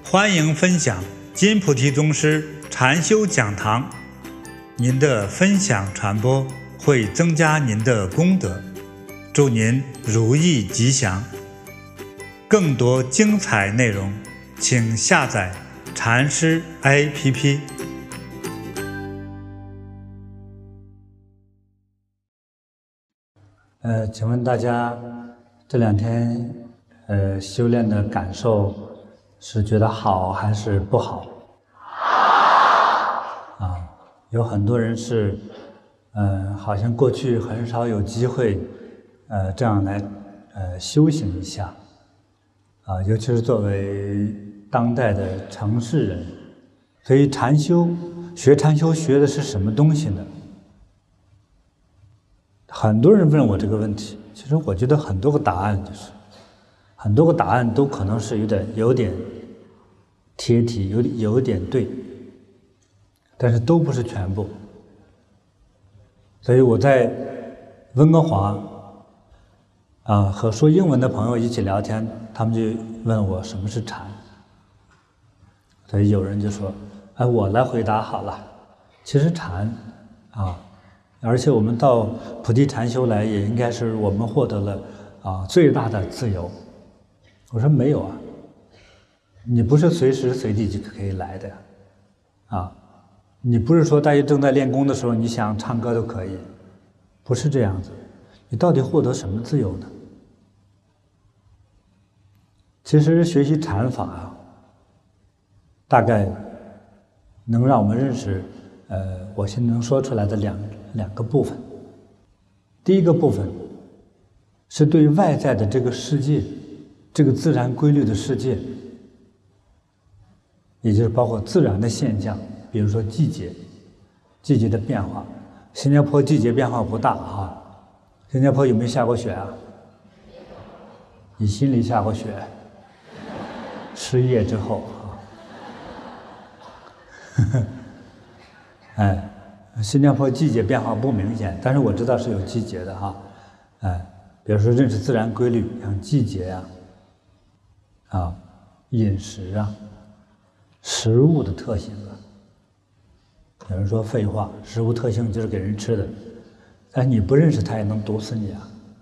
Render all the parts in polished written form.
欢迎分享金菩提宗师禅修讲堂，您的分享传播会增加您的功德，祝您如意吉祥。更多精彩内容，请下载禅师 APP。请问大家这2天修炼的感受是觉得好还是不好？有很多人是好像过去很少有机会这样来修行一下尤其是作为当代的城市人，所以学禅修学的是什么东西呢？很多人问我这个问题，其实我觉得很多个答案都可能是有点贴题，有点对，但是都不是全部。所以我在温哥华和说英文的朋友一起聊天，他们就问我什么是禅，所以有人就说我来回答好了。其实禅而且我们到菩提禅修来，也应该是我们获得了最大的自由。我说没有啊，你不是随时随地就可以来的你不是说大家正在练功的时候你想唱歌都可以，不是这样子。你到底获得什么自由呢？其实学习禅法大概能让我们认识我现在能说出来的两个部分。第一个部分是对外在的这个世界，这个自然规律的世界，也就是包括自然的现象，比如说季节的变化。新加坡季节变化不大新加坡有没有下过雪你心里下过雪？失业之后新加坡季节变化不明显，但是我知道是有季节的比如说认识自然规律，像季节饮食食物的特性有人说废话，食物特性就是给人吃的，但是你不认识它也能毒死你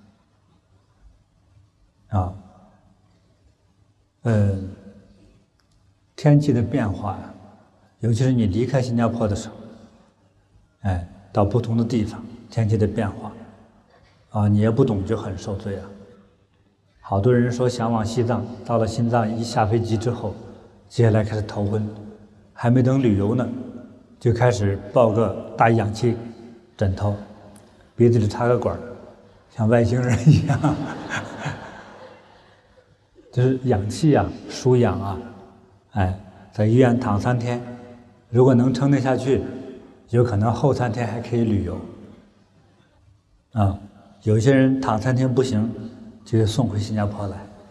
天气的变化尤其是你离开新加坡的时候到不同的地方，天气的变化你也不懂就很受罪好多人说想往西藏，到了西藏一下飞机之后，接下来开始头昏，还没等旅游呢，就开始抱个大氧气枕头，鼻子里插个管，像外星人一样就是氧气输氧在医院躺3天，如果能撑得下去，有可能后3天还可以旅游有些人躺3天不行，就送回新加坡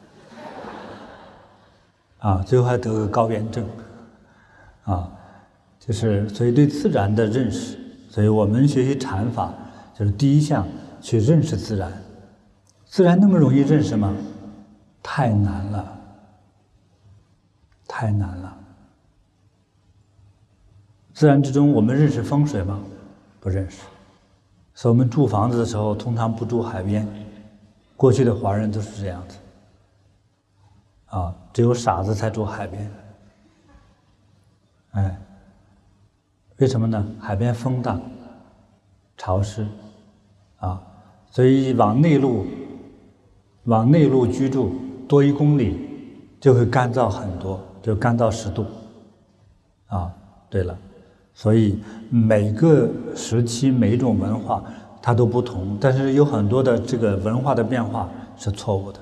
来最后还得个高原症就是所以对自然的认识，所以我们学习禅法就是第一项去认识自然。自然那么容易认识吗？太难了，太难了。自然之中我们认识风水吗？不认识。所以我们住房子的时候通常不住海边，过去的华人都是这样子只有傻子才住海边为什么呢？海边风大潮湿所以往内陆居住多1公里就会干燥很多，就干燥10度对了，所以每个时期每一种文化它都不同，但是有很多的这个文化的变化是错误的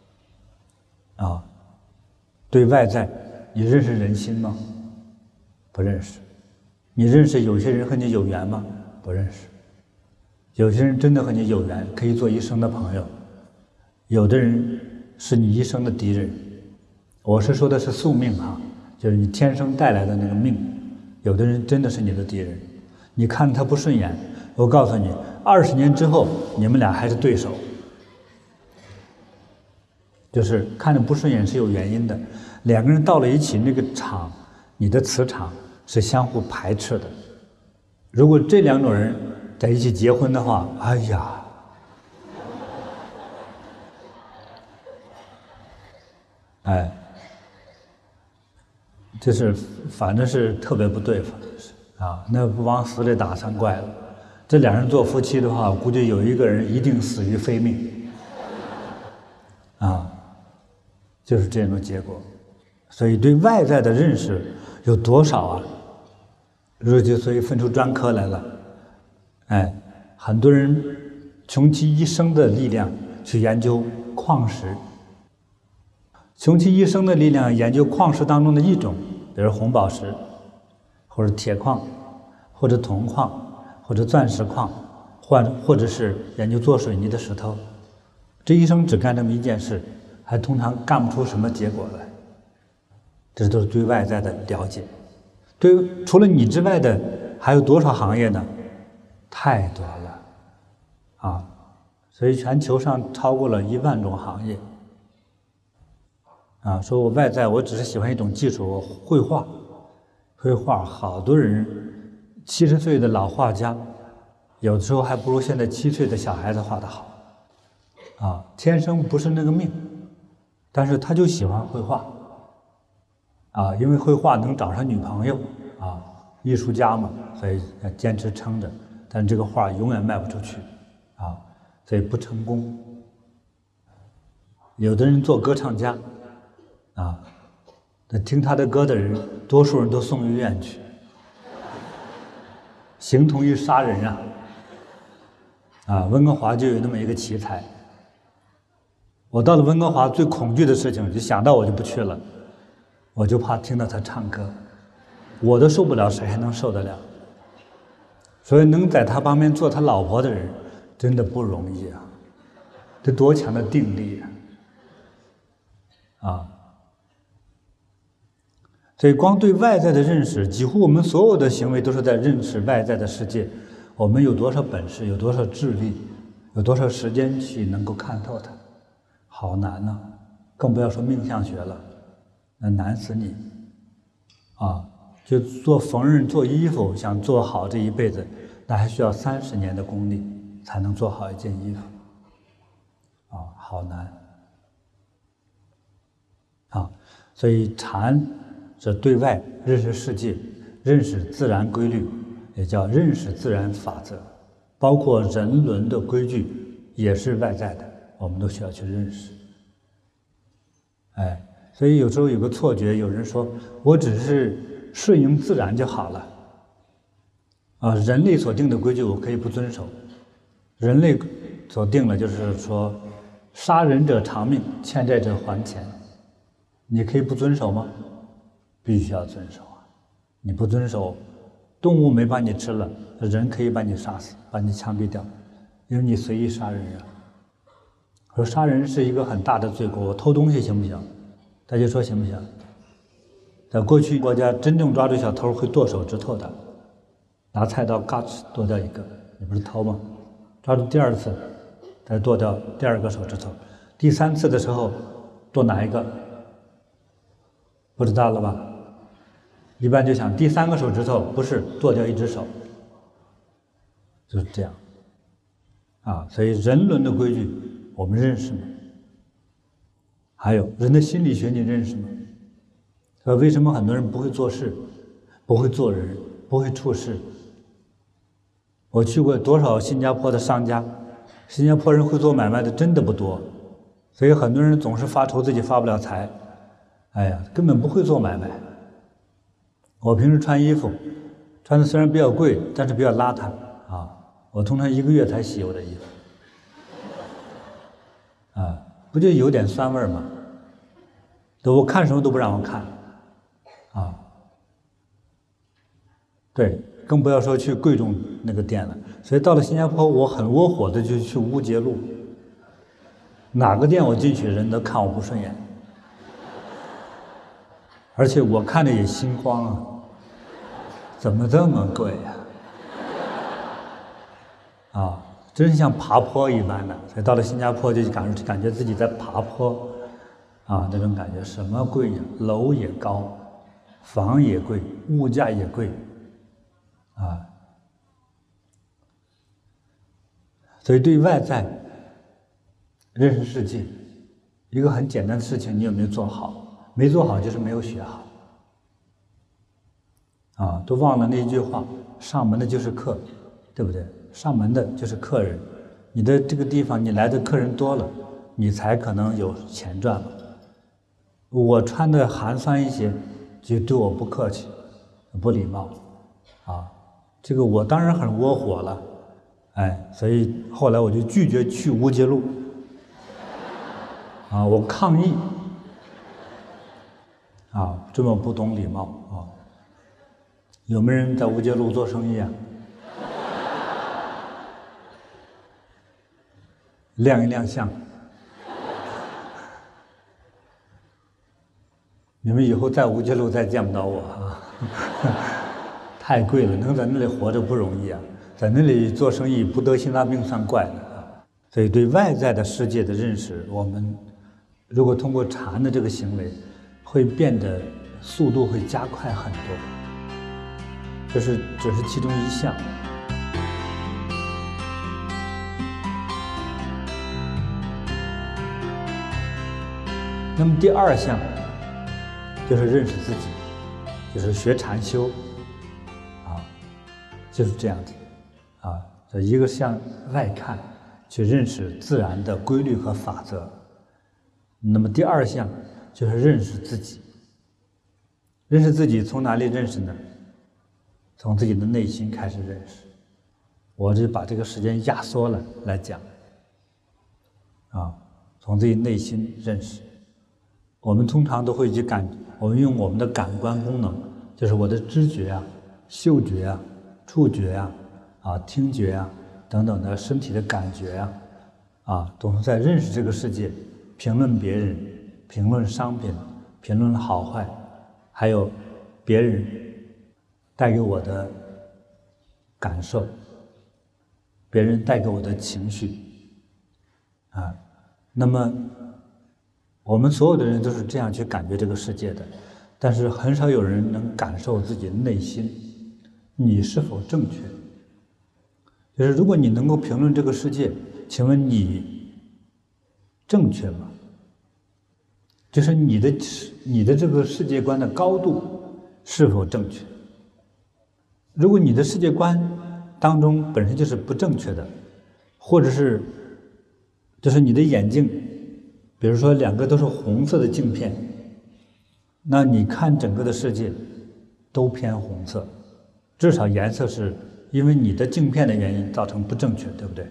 对外在你认识人心吗？不认识。你认识有些人和你有缘吗？不认识。有些人真的和你有缘，可以做一生的朋友，有的人是你一生的敌人。我是说的是宿命就是你天生带来的那个命，有的人真的是你的敌人，你看他不顺眼，我告诉你20年之后你们俩还是对手， 就是看着不顺眼是有原因的。两个人到了一起，那个场，你的磁场是相互排斥的。如果这两种人在一起结婚的话，哎呀，哎，就是反正是特别不对付啊，那不往死里打算怪了。这两人做夫妻的话，我估计有一个人一定死于非命，啊，就是这种结果。所以对外在的认识有多少啊？所以分出专科来了。哎，很多人穷其一生的力量去研究矿石，穷其一生的力量研究矿石当中的一种，比如红宝石，或者铁矿，或者铜矿，或者钻石矿，或者是研究做水泥的石头，这一生只干这么一件事，还通常干不出什么结果来。这都是对外在的了解。对，除了你之外的还有多少行业呢？太多了，啊！所以全球上超过了1万种行业。啊，说我外在我只是喜欢一种技术，绘画，绘画，好多人70岁的老画家，有的时候还不如现在7岁的小孩子画得好。啊，天生不是那个命，但是他就喜欢绘画。啊，因为绘画能找上女朋友啊，艺术家嘛，所以坚持撑着，但是这个画永远卖不出去啊，所以不成功。有的人做歌唱家啊，那听他的歌的人，多数人都送医院去，形同于杀人啊！啊，温哥华就有那么一个奇才。我到了温哥华，最恐惧的事情，就想到我就不去了。我就怕听到他唱歌，我都受不了，谁还能受得了？所以能在他旁边做他老婆的人，真的不容易啊！这多强的定力啊！啊！所以光对外在的认识，几乎我们所有的行为都是在认识外在的世界。我们有多少本事，有多少智力，有多少时间去能够看透它，好难啊！更不要说命相学了。那难死你啊！就做缝纫、做衣服，想做好这一辈子，那还需要30年的功力才能做好一件衣服啊，好难啊！所以禅是对外认识世界，认识自然规律，也叫认识自然法则，包括人伦的规矩也是外在的，我们都需要去认识。哎。所以有时候有个错觉，有人说我只是顺应自然就好了，啊，人类所定的规矩我可以不遵守，人类所定的就是说，杀人者偿命，欠债者还钱，你可以不遵守吗？必须要遵守啊！你不遵守，动物没把你吃了，人可以把你杀死，把你枪毙掉，因为你随意杀人啊。说杀人是一个很大的罪过，我偷东西行不行？大家说行不行？在过去国家，真正抓住小偷会剁手指头的，拿菜刀嘎吱剁掉一个，你不是偷吗？抓住第2次，再剁掉第2个手指头，第3次的时候剁哪一个？不知道了吧？一般就想第3个手指头不是剁掉1只手，就是这样啊。所以人伦的规矩我们认识吗？还有人的心理学你认识吗？为什么很多人不会做事，不会做人，不会处事？我去过多少新加坡的商家，新加坡人会做买卖的真的不多，所以很多人总是发愁自己发不了财，哎呀，根本不会做买卖。我平时穿衣服，穿的虽然比较贵，但是比较邋遢啊，我通常1个月才洗我的衣服，啊。不就有点酸味吗？我看什么都不让我看，啊，对，更不要说去贵重那个店了。所以到了新加坡，我很窝火的就去乌节路，哪个店我进去人都看我不顺眼，而且我看着也心慌啊，怎么这么贵呀？真是像爬坡一般的。所以到了新加坡就感觉自己在爬坡， 啊，那种感觉，什么贵呀？楼也高，房也贵，物价也贵，啊，所以对外在认识世界，一个很简单的事情，你有没有做好？没做好就是没有学好。啊，都忘了那句话：上门的就是客，对不对？上门的就是客人。你的这个地方，你来的客人多了，你才可能有钱赚了。我穿的寒酸一些，就对我不客气，不礼貌，啊，这个我当然很窝火了，哎，所以后来我就拒绝去乌节路，啊，我抗议，啊，这么不懂礼貌啊。有没有人在乌节路做生意啊？亮一亮相。你们以后在乌节路再见不到我啊！太贵了，能在那里活着不容易啊，在那里做生意不得心脏病算怪了啊。所以对外在的世界的认识，我们如果通过禅的这个行为，会变得速度会加快很多。这是只是其中一项。那么第二项就是认识自己，就是学禅修，啊，就是这样子，啊，这一个向外看，去认识自然的规律和法则。那么第二项就是认识自己。认识自己从哪里认识呢？从自己的内心开始认识。我就把这个时间压缩了来讲，啊，从自己内心认识。我们通常都会去我们用我们的感官功能，就是我的知觉啊、嗅觉啊、触觉啊、听觉啊等等的身体的感觉啊，总是在认识这个世界，评论别人，评论商品，评论好坏，还有别人带给我的感受，别人带给我的情绪，啊，那么我们所有的人都是这样去感觉这个世界的，但是很少有人能感受自己的内心，你是否正确？就是如果你能够评论这个世界，请问你正确吗？就是你的这个世界观的高度是否正确？如果你的世界观当中本身就是不正确的，或者是就是你的眼镜，比如说两个都是红色的镜片，那你看整个的世界都偏红色，至少颜色是因为你的镜片的原因造成不正确，对不对？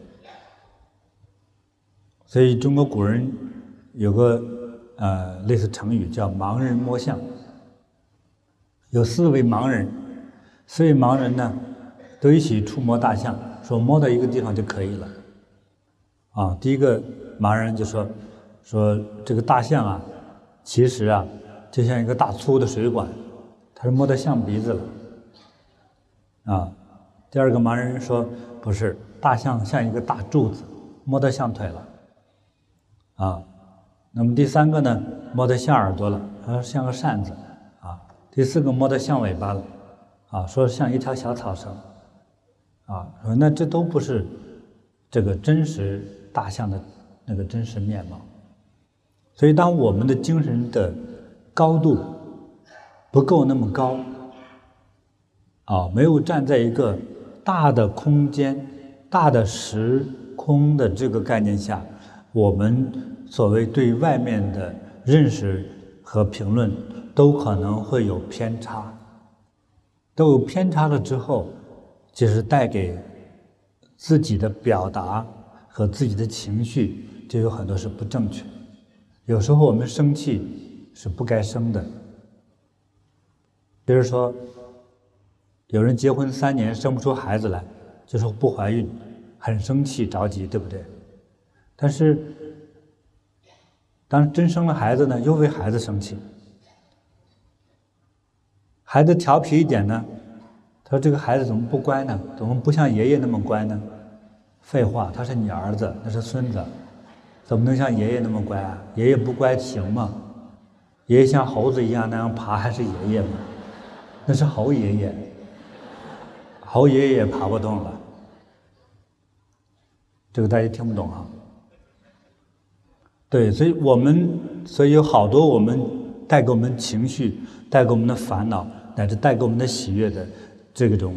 所以中国古人有个类似成语叫盲人摸象。有4位盲人，4位盲人呢都一起触摸大象，说摸到一个地方就可以了。啊，第一个盲人就说这个大象啊，其实啊就像一个大粗的水管，他是摸到象鼻子了。啊，第二个盲人说不是，大象像一个大柱子，摸到象腿了。啊，那么第三个呢，摸到象耳朵了，说像个扇子。啊，第4个摸到象尾巴了，啊，说像一条小草绳。啊，说那这都不是这个真实大象的那个真实面貌。所以当我们的精神的高度不够那么高，啊，没有站在一个大的空间、大的时空的这个概念下，我们所谓对外面的认识和评论都可能会有偏差。都有偏差了之后，就是带给自己的表达和自己的情绪就有很多是不正确。有时候我们生气是不该生的，比如说有人结婚3年生不出孩子来，就说不怀孕，很生气着急，对不对？但是当真生了孩子呢，又为孩子生气。孩子调皮一点呢，他说这个孩子怎么不乖呢？怎么不像爷爷那么乖呢？废话，他是你儿子，那是孙子，怎么能像爷爷那么乖啊？爷爷不乖行吗？ 爷爷像猴子一样那样爬，还是爷爷吗？那是猴爷爷，猴爷爷也爬不动了。这个大家听不懂啊？对，所以有好多我们带给我们情绪、带给我们的烦恼，乃至带给我们的喜悦的这种，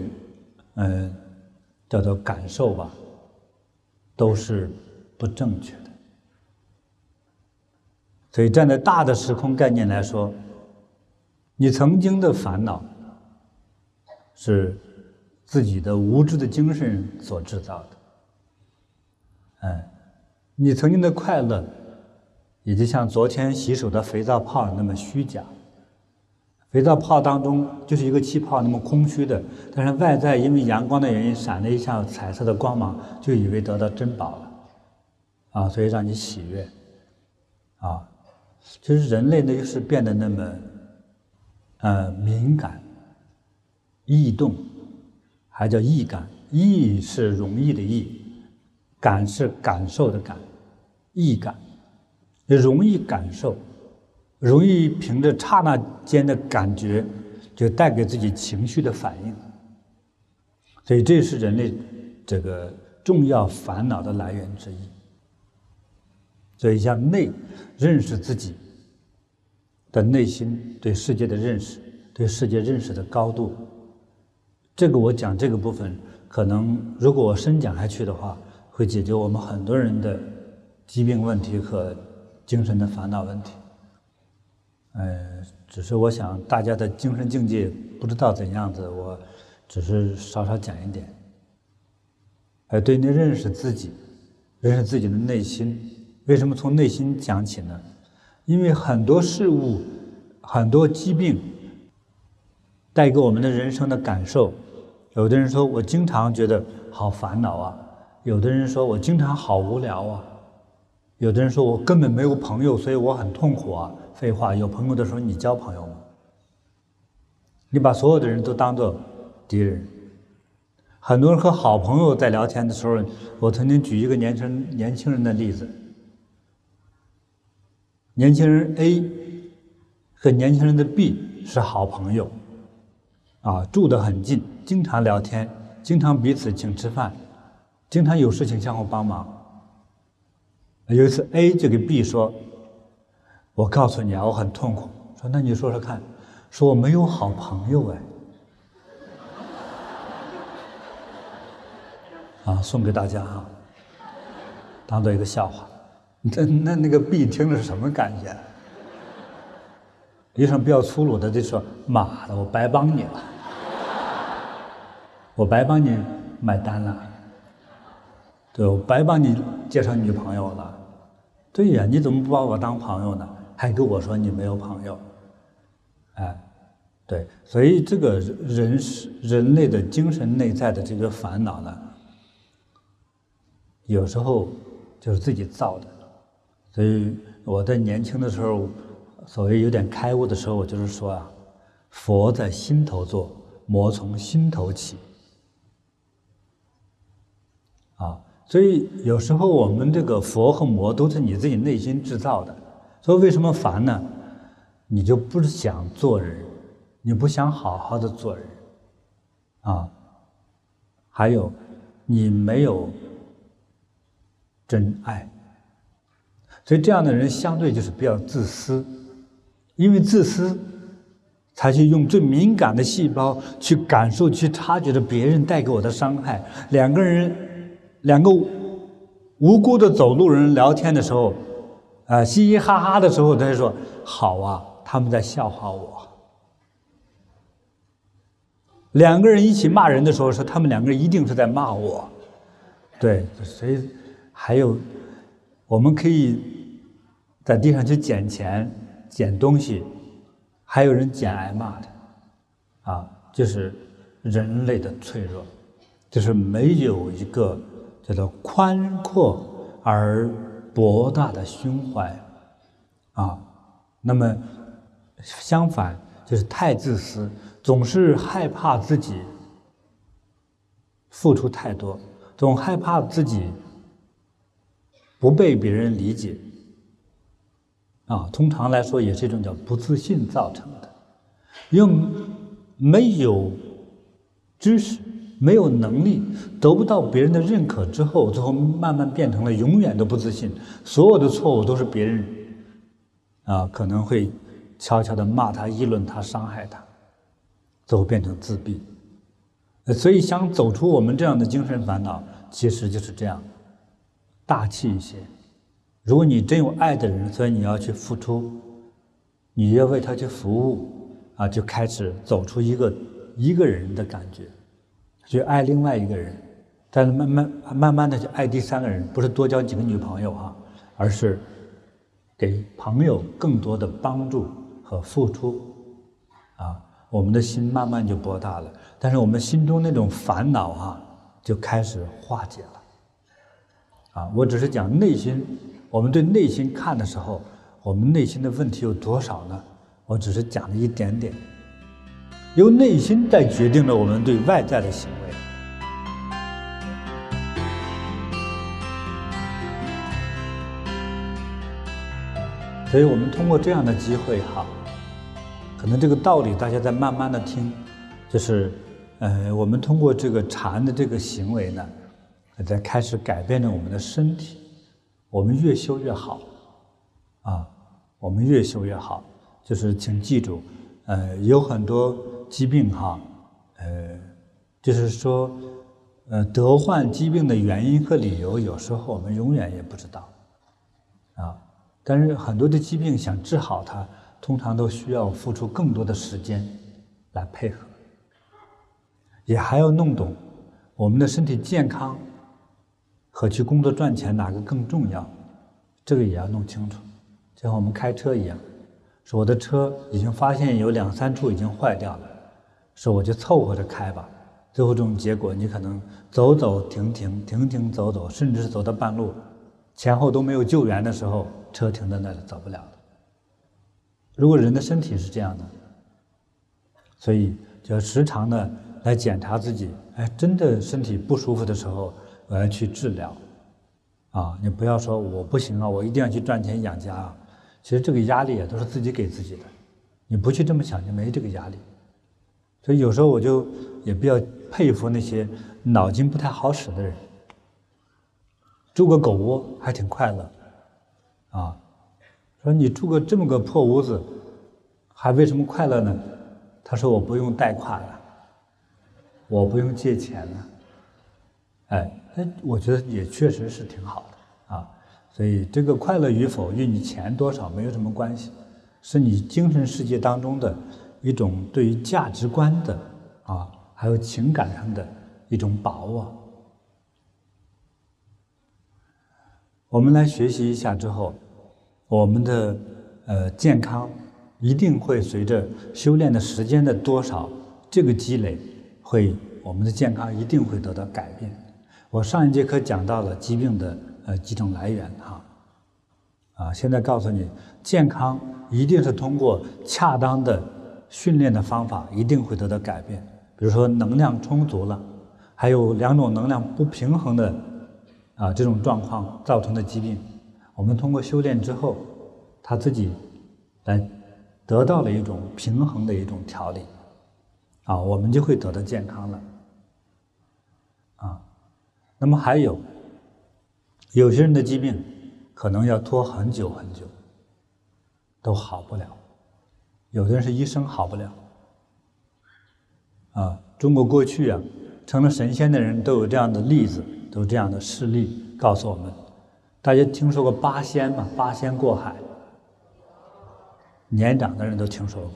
叫做感受吧，都是不正确的。所以站在大的时空概念来说，你曾经的烦恼是自己的无知的精神所制造的，你曾经的快乐，也就像昨天洗手的肥皂泡那么虚假。肥皂泡当中就是一个气泡那么空虚的，但是外在因为阳光的原因闪了一下彩色的光芒，就以为得到珍宝了，所以让你喜悦，其实人类呢就是变得那么敏感、易动，还叫易感。易是容易的易，感是感受的感，易感，容易感受，容易凭着刹那间的感觉，就带给自己情绪的反应。所以这是人类这个重要烦恼的来源之一。所以向内认识自己的内心对世界的认识，对世界认识的高度，这个我讲这个部分，可能如果我深讲下去的话，会解决我们很多人的疾病问题和精神的烦恼问题。只是我想大家的精神境界不知道怎样子，我只是稍稍讲一点。对你认识自己，认识自己的内心。为什么从内心讲起呢？因为很多事物、很多疾病带给我们的人生的感受。有的人说我经常觉得好烦恼啊，有的人说我经常好无聊啊，有的人说我根本没有朋友，所以我很痛苦啊。废话，有朋友的时候你交朋友吗？你把所有的人都当作敌人。很多人和好朋友在聊天的时候，我曾经举一个年轻人的例子。年轻人 A 和年轻人的 B 是好朋友，住得很近，经常聊天，经常彼此请吃饭，经常有事情相互帮忙。有一次 A 就给 B 说：“我告诉你啊，我很痛苦。”说：“那你说说看。”说：“我没有好朋友送给大家当做一个笑话。那个 B 听了是什么感觉？一声比较粗鲁的就说：“妈的，我白帮你了，我白帮你买单了，对，我白帮你介绍女朋友了。对呀，你怎么不把我当朋友呢？还跟我说你没有朋友。”对，所以这个人类的精神内在的这个烦恼呢，有时候就是自己造的。所以我在年轻的时候，所谓有点开悟的时候，我就是说佛在心头坐，魔从心头起。所以有时候我们这个佛和魔都是你自己内心制造的。所以为什么烦呢？你就不想做人，你不想好好的做人，还有你没有真爱。所以这样的人相对就是比较自私，因为自私才去用最敏感的细胞去感受、去察觉着别人带给我的伤害。两个无辜的走路人聊天的时候，嘻嘻哈哈的时候，他就说：“好啊，他们在笑话我。”两个人一起骂人的时候，说他们两个人一定是在骂我。对，所以还有，我们可以在地上去捡钱、捡东西，还有人捡挨骂的，就是人类的脆弱，就是没有一个叫做宽阔而博大的胸怀，那么相反就是太自私，总是害怕自己付出太多，总害怕自己不被别人理解， 通常来说也是一种叫不自信造成的。用没有知识、没有能力，得不到别人的认可之后，最后慢慢变成了永远都不自信，所有的错误都是别人可能会悄悄地骂他、议论他、伤害他，最后变成自闭。所以想走出我们这样的精神烦恼，其实就是这样，大气一些。如果你真有爱的人，所以你要去付出，你要为他去服务就开始走出一个人的感觉，去爱另外一个人，但是慢慢的去爱第三个人，不是多交几个女朋友而是给朋友更多的帮助和付出我们的心慢慢就博大了，但是我们心中那种烦恼就开始化解了我只是讲内心，我们对内心看的时候，我们内心的问题有多少呢？我只是讲了一点点，由内心在决定了我们对外在的行为。所以我们通过这样的机会可能这个道理大家在慢慢的听，就是我们通过这个禅的这个行为呢，在开始改变着我们的身体，我们越修越好我们越修越好。就是请记住有很多疾病就是说得患疾病的原因和理由，有时候我们永远也不知道但是很多的疾病想治好它，通常都需要付出更多的时间来配合，也还要弄懂我们的身体健康和去工作赚钱哪个更重要，这个也要弄清楚。就像我们开车一样，说我的车已经发现有2、3处已经坏掉了，说我就凑合着开吧，最后这种结果你可能走走停停，停停走走，甚至是走到半路前后都没有救援的时候，车停在那里走不了了。如果人的身体是这样的，所以就要时常的来检查自己，真的身体不舒服的时候，我要去治疗你不要说我不行我一定要去赚钱养家其实这个压力都是自己给自己的，你不去这么想就没这个压力。所以有时候我就也比较佩服那些脑筋不太好使的人，住个狗窝还挺快乐说你住个这么个破屋子还为什么快乐呢？他说我不用贷款了，我不用借钱了我觉得也确实是挺好的所以这个快乐与否与你钱多少没有什么关系，是你精神世界当中的一种对于价值观的还有情感上的一种把握。我们来学习一下之后，我们的健康一定会随着修炼的时间的多少，这个积累我们的健康一定会得到改变。我上一节课讲到了疾病的几种来源现在告诉你，健康一定是通过恰当的训练的方法，一定会得到改变。比如说能量充足了，还有2种能量不平衡的这种状况造成的疾病，我们通过修炼之后，他自己来得到了一种平衡的一种调理我们就会得到健康了那么还有些人的疾病可能要拖很久很久都好不了，有的人是一生好不了中国过去成了神仙的人都有这样的例子，都有这样的事例告诉我们。大家听说过8仙吗？8仙过海，年长的人都听说过。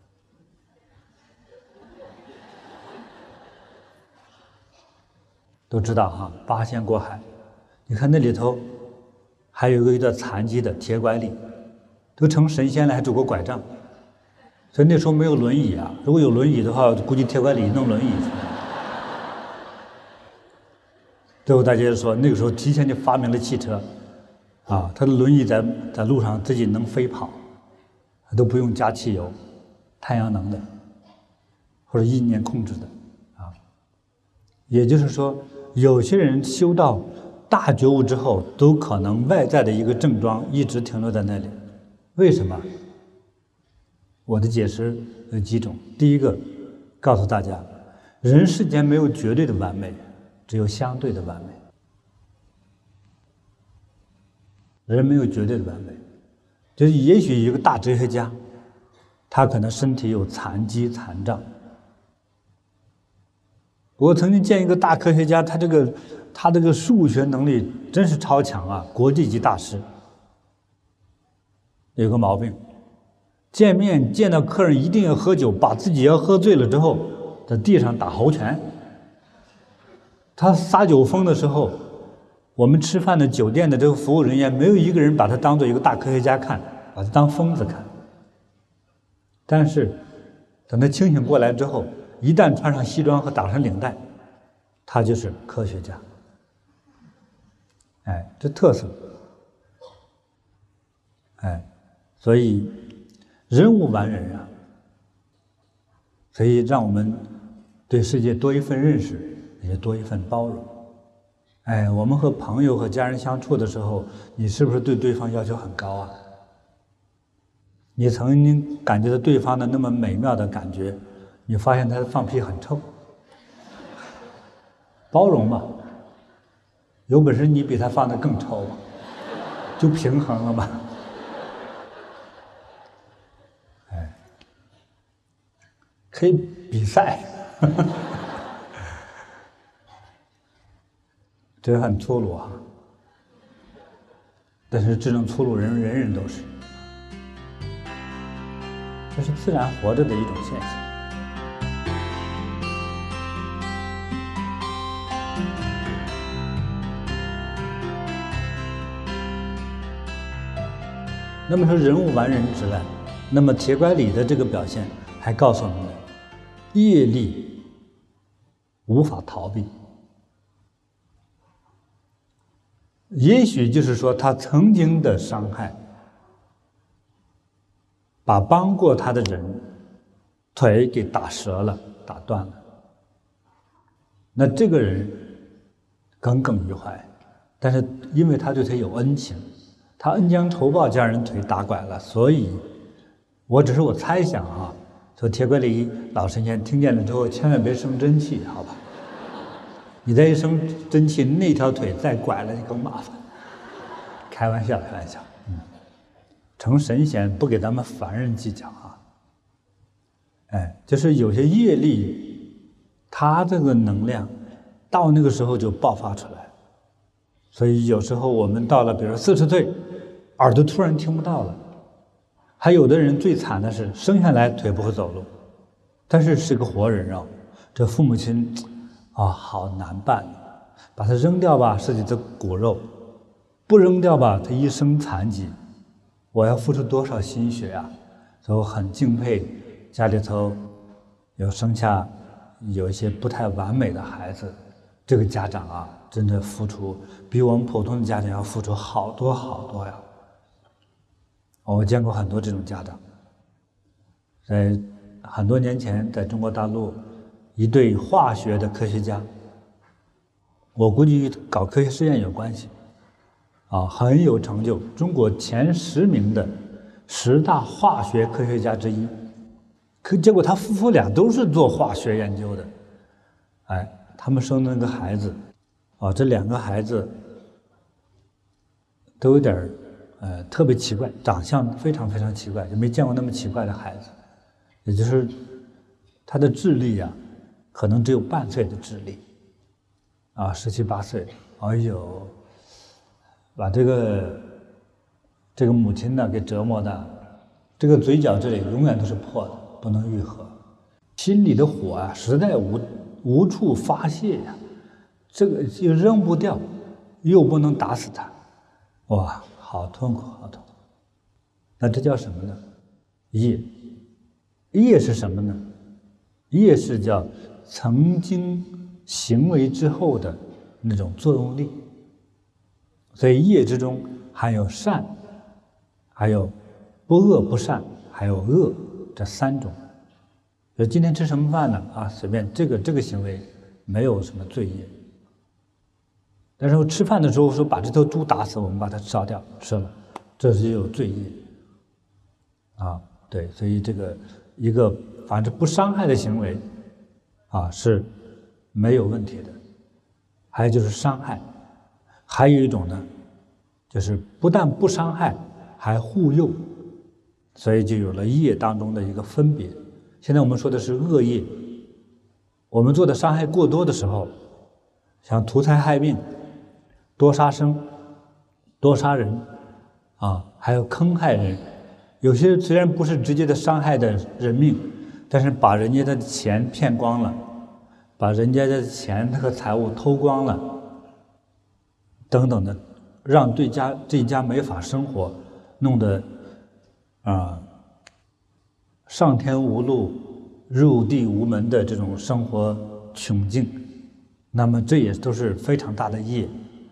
都知道8仙过海，你看那里头还有一个残疾的铁拐李，都成神仙了还拄过拐杖，所以那时候没有轮椅如果有轮椅的话，估计铁拐李弄轮椅出来。最后大家就说那个时候提前就发明了汽车他的轮椅在路上自己能飞跑，都不用加汽油，太阳能的或者意念控制的也就是说，有些人修到大觉悟之后，都可能外在的一个症状一直停留在那里。 为什么？我的解释有几种。第一个，告诉大家，人世间没有绝对的完美，只有相对的完美。人没有绝对的完美，就是也许有一个大哲学家，他可能身体有残疾残障。我曾经见一个大科学家，他这个数学能力真是超强啊，国际级大师。有个毛病，见面见到客人一定要喝酒，把自己要喝醉了之后，在地上打猴拳。他撒酒疯的时候，我们吃饭的酒店的这个服务人员没有一个人把他当做一个大科学家看，把他当疯子看。但是等他清醒过来之后，一旦穿上西装和打上领带，他就是科学家。哎，这特色。哎，所以人无完人啊，所以让我们对世界多一份认识，也多一份包容。哎，我们和朋友和家人相处的时候，你是不是对对方要求很高啊？你曾经感觉到对方的那么美妙的感觉，你发现他放屁很臭，包容嘛，有本事你比他放的更臭嘛，就平衡了嘛。哎，可以比赛。这很粗鲁啊，但是这种粗鲁人人都是，这是自然活着的一种现象。那么说人无完人之外，那么铁拐李的这个表现还告诉我们，业力无法逃避。也许就是说，他曾经的伤害，把帮过他的人腿给打折了、打断了。那这个人耿耿于怀，但是因为他对他有恩情，他恩将仇报，将人腿打拐了。所以，我只是我猜想啊，说铁拐李老神仙听见了之后，千万别生真气，好吧？你再一生真气，那条腿再拐了就更麻烦。开玩笑，开玩笑。成神仙不给咱们凡人计较啊。哎，就是有些业力，它这个能量到那个时候就爆发出来。所以有时候我们到了，比如说40岁，耳朵突然听不到了。还有的人最惨的是生下来腿不会走路，但是是个活人啊，这父母亲啊，好难办，把他扔掉吧，是你的骨肉；不扔掉吧，他一生残疾。我要付出多少心血啊！所以我很敬佩家里头有生下有一些不太完美的孩子，这个家长啊，真的付出比我们普通的家长要付出好多好多呀。我见过很多这种家长，在很多年前，在中国大陆，一对化学的科学家，我估计搞科学实验有关系，啊，很有成就，中国前10名的10大化学科学家之一。结果他夫妇俩都是做化学研究的，哎，他们生的那个孩子，啊，这2个孩子都有点特别奇怪，长相非常非常奇怪，就没见过那么奇怪的孩子，也就是他的智力啊，可能只有半岁的智力，啊，17、18岁，哎呦，把这个母亲呢给折磨的，这个嘴角这里永远都是破的，不能愈合，心里的火啊，实在无处发泄呀，这个又扔不掉，又不能打死他，哇！好痛苦，好痛苦。那这叫什么呢？业。业是什么呢？业是叫曾经行为之后的那种作用力。所以业之中含有善，还有不恶不善，还有恶，这3种。所以今天吃什么饭呢？啊，随便这个行为没有什么罪业。但是吃饭的时候说把这头猪打死，我们把它烧掉吃了，这是有罪业。 对，所以这个一个反正不伤害的行为是没有问题的。还有就是伤害，还有一种呢，就是不但不伤害，还护佑，所以就有了业当中的一个分别。现在我们说的是恶业，我们做的伤害过多的时候，像图财害命、多杀生、多杀人还有坑害人。有些虽然不是直接的伤害的人命，但是把人家的钱骗光了，把人家的钱和财物偷光了，等等的，让这一家没法生活，弄得上天无路，入地无门的这种生活窘境，那么这也都是非常大的业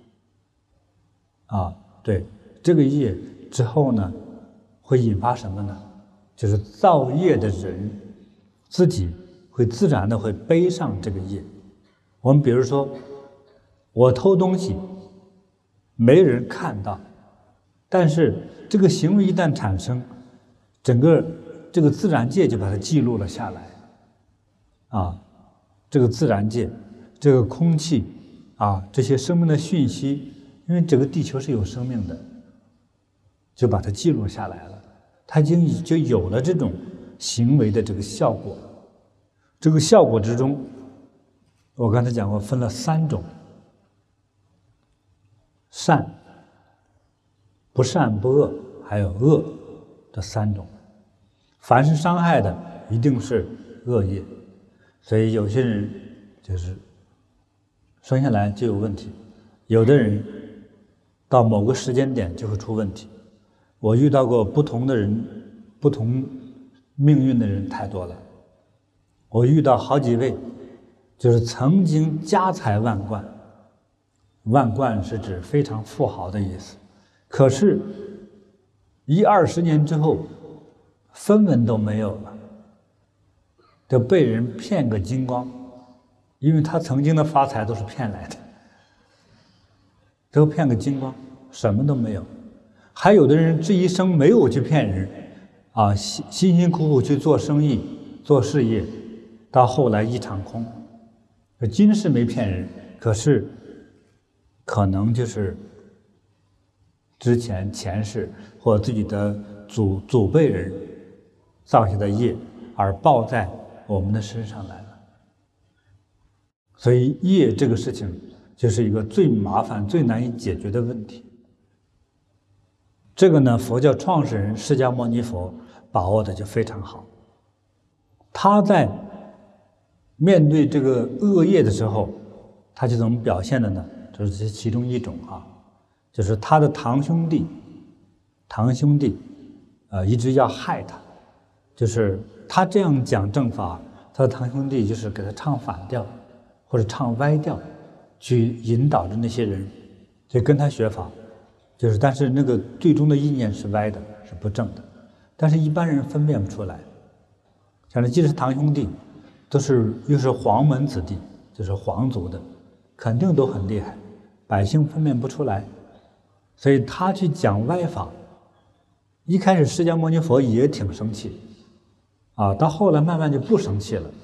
对，这个业之后呢，会引发什么呢？就是造业的人自己会自然的会背上这个业。我们比如说，我偷东西，没人看到，但是这个行为一旦产生，整个这个自然界就把它记录了下来。这个自然界，这个空气这些生命的讯息，因为整个地球是有生命的，就把它记录下来了。它就有了这种行为的这个效果。这个效果之中，我刚才讲过，分了3种：善、不善不恶，还有恶，这3种。凡是伤害的，一定是恶业。所以有些人就是生下来就有问题，有的人到某个时间点就会出问题。我遇到过不同的人，不同命运的人太多了。我遇到好几位，就是曾经家财万贯，万贯是指非常富豪的意思，可是10-20年之后，分文都没有了，就被人骗个精光，因为他曾经的发财都是骗来的，都骗个精光，什么都没有。还有的人这一生没有去骗人辛辛苦苦去做生意做事业，到后来一场空。今世没骗人，可是可能就是之前前世或自己的祖辈人造下的业而报在我们的身上来了。所以业这个事情就是一个最麻烦最难以解决的问题。这个呢，佛教创始人释迦牟尼佛把握的就非常好。他在面对这个恶业的时候，他就怎么表现的呢？这是其中一种就是他的堂兄弟一直要害他，就是他这样讲正法，他的堂兄弟就是给他唱反调或者唱歪调，去引导着那些人就跟他学法。但是那个最终的意念是歪的，是不正的，但是一般人分辨不出来。像这即使堂兄弟，又是皇门子弟，就是皇族的，肯定都很厉害，百姓分辨不出来，所以他去讲歪法。一开始释迦牟尼佛也挺生气，到后来慢慢就不生气了。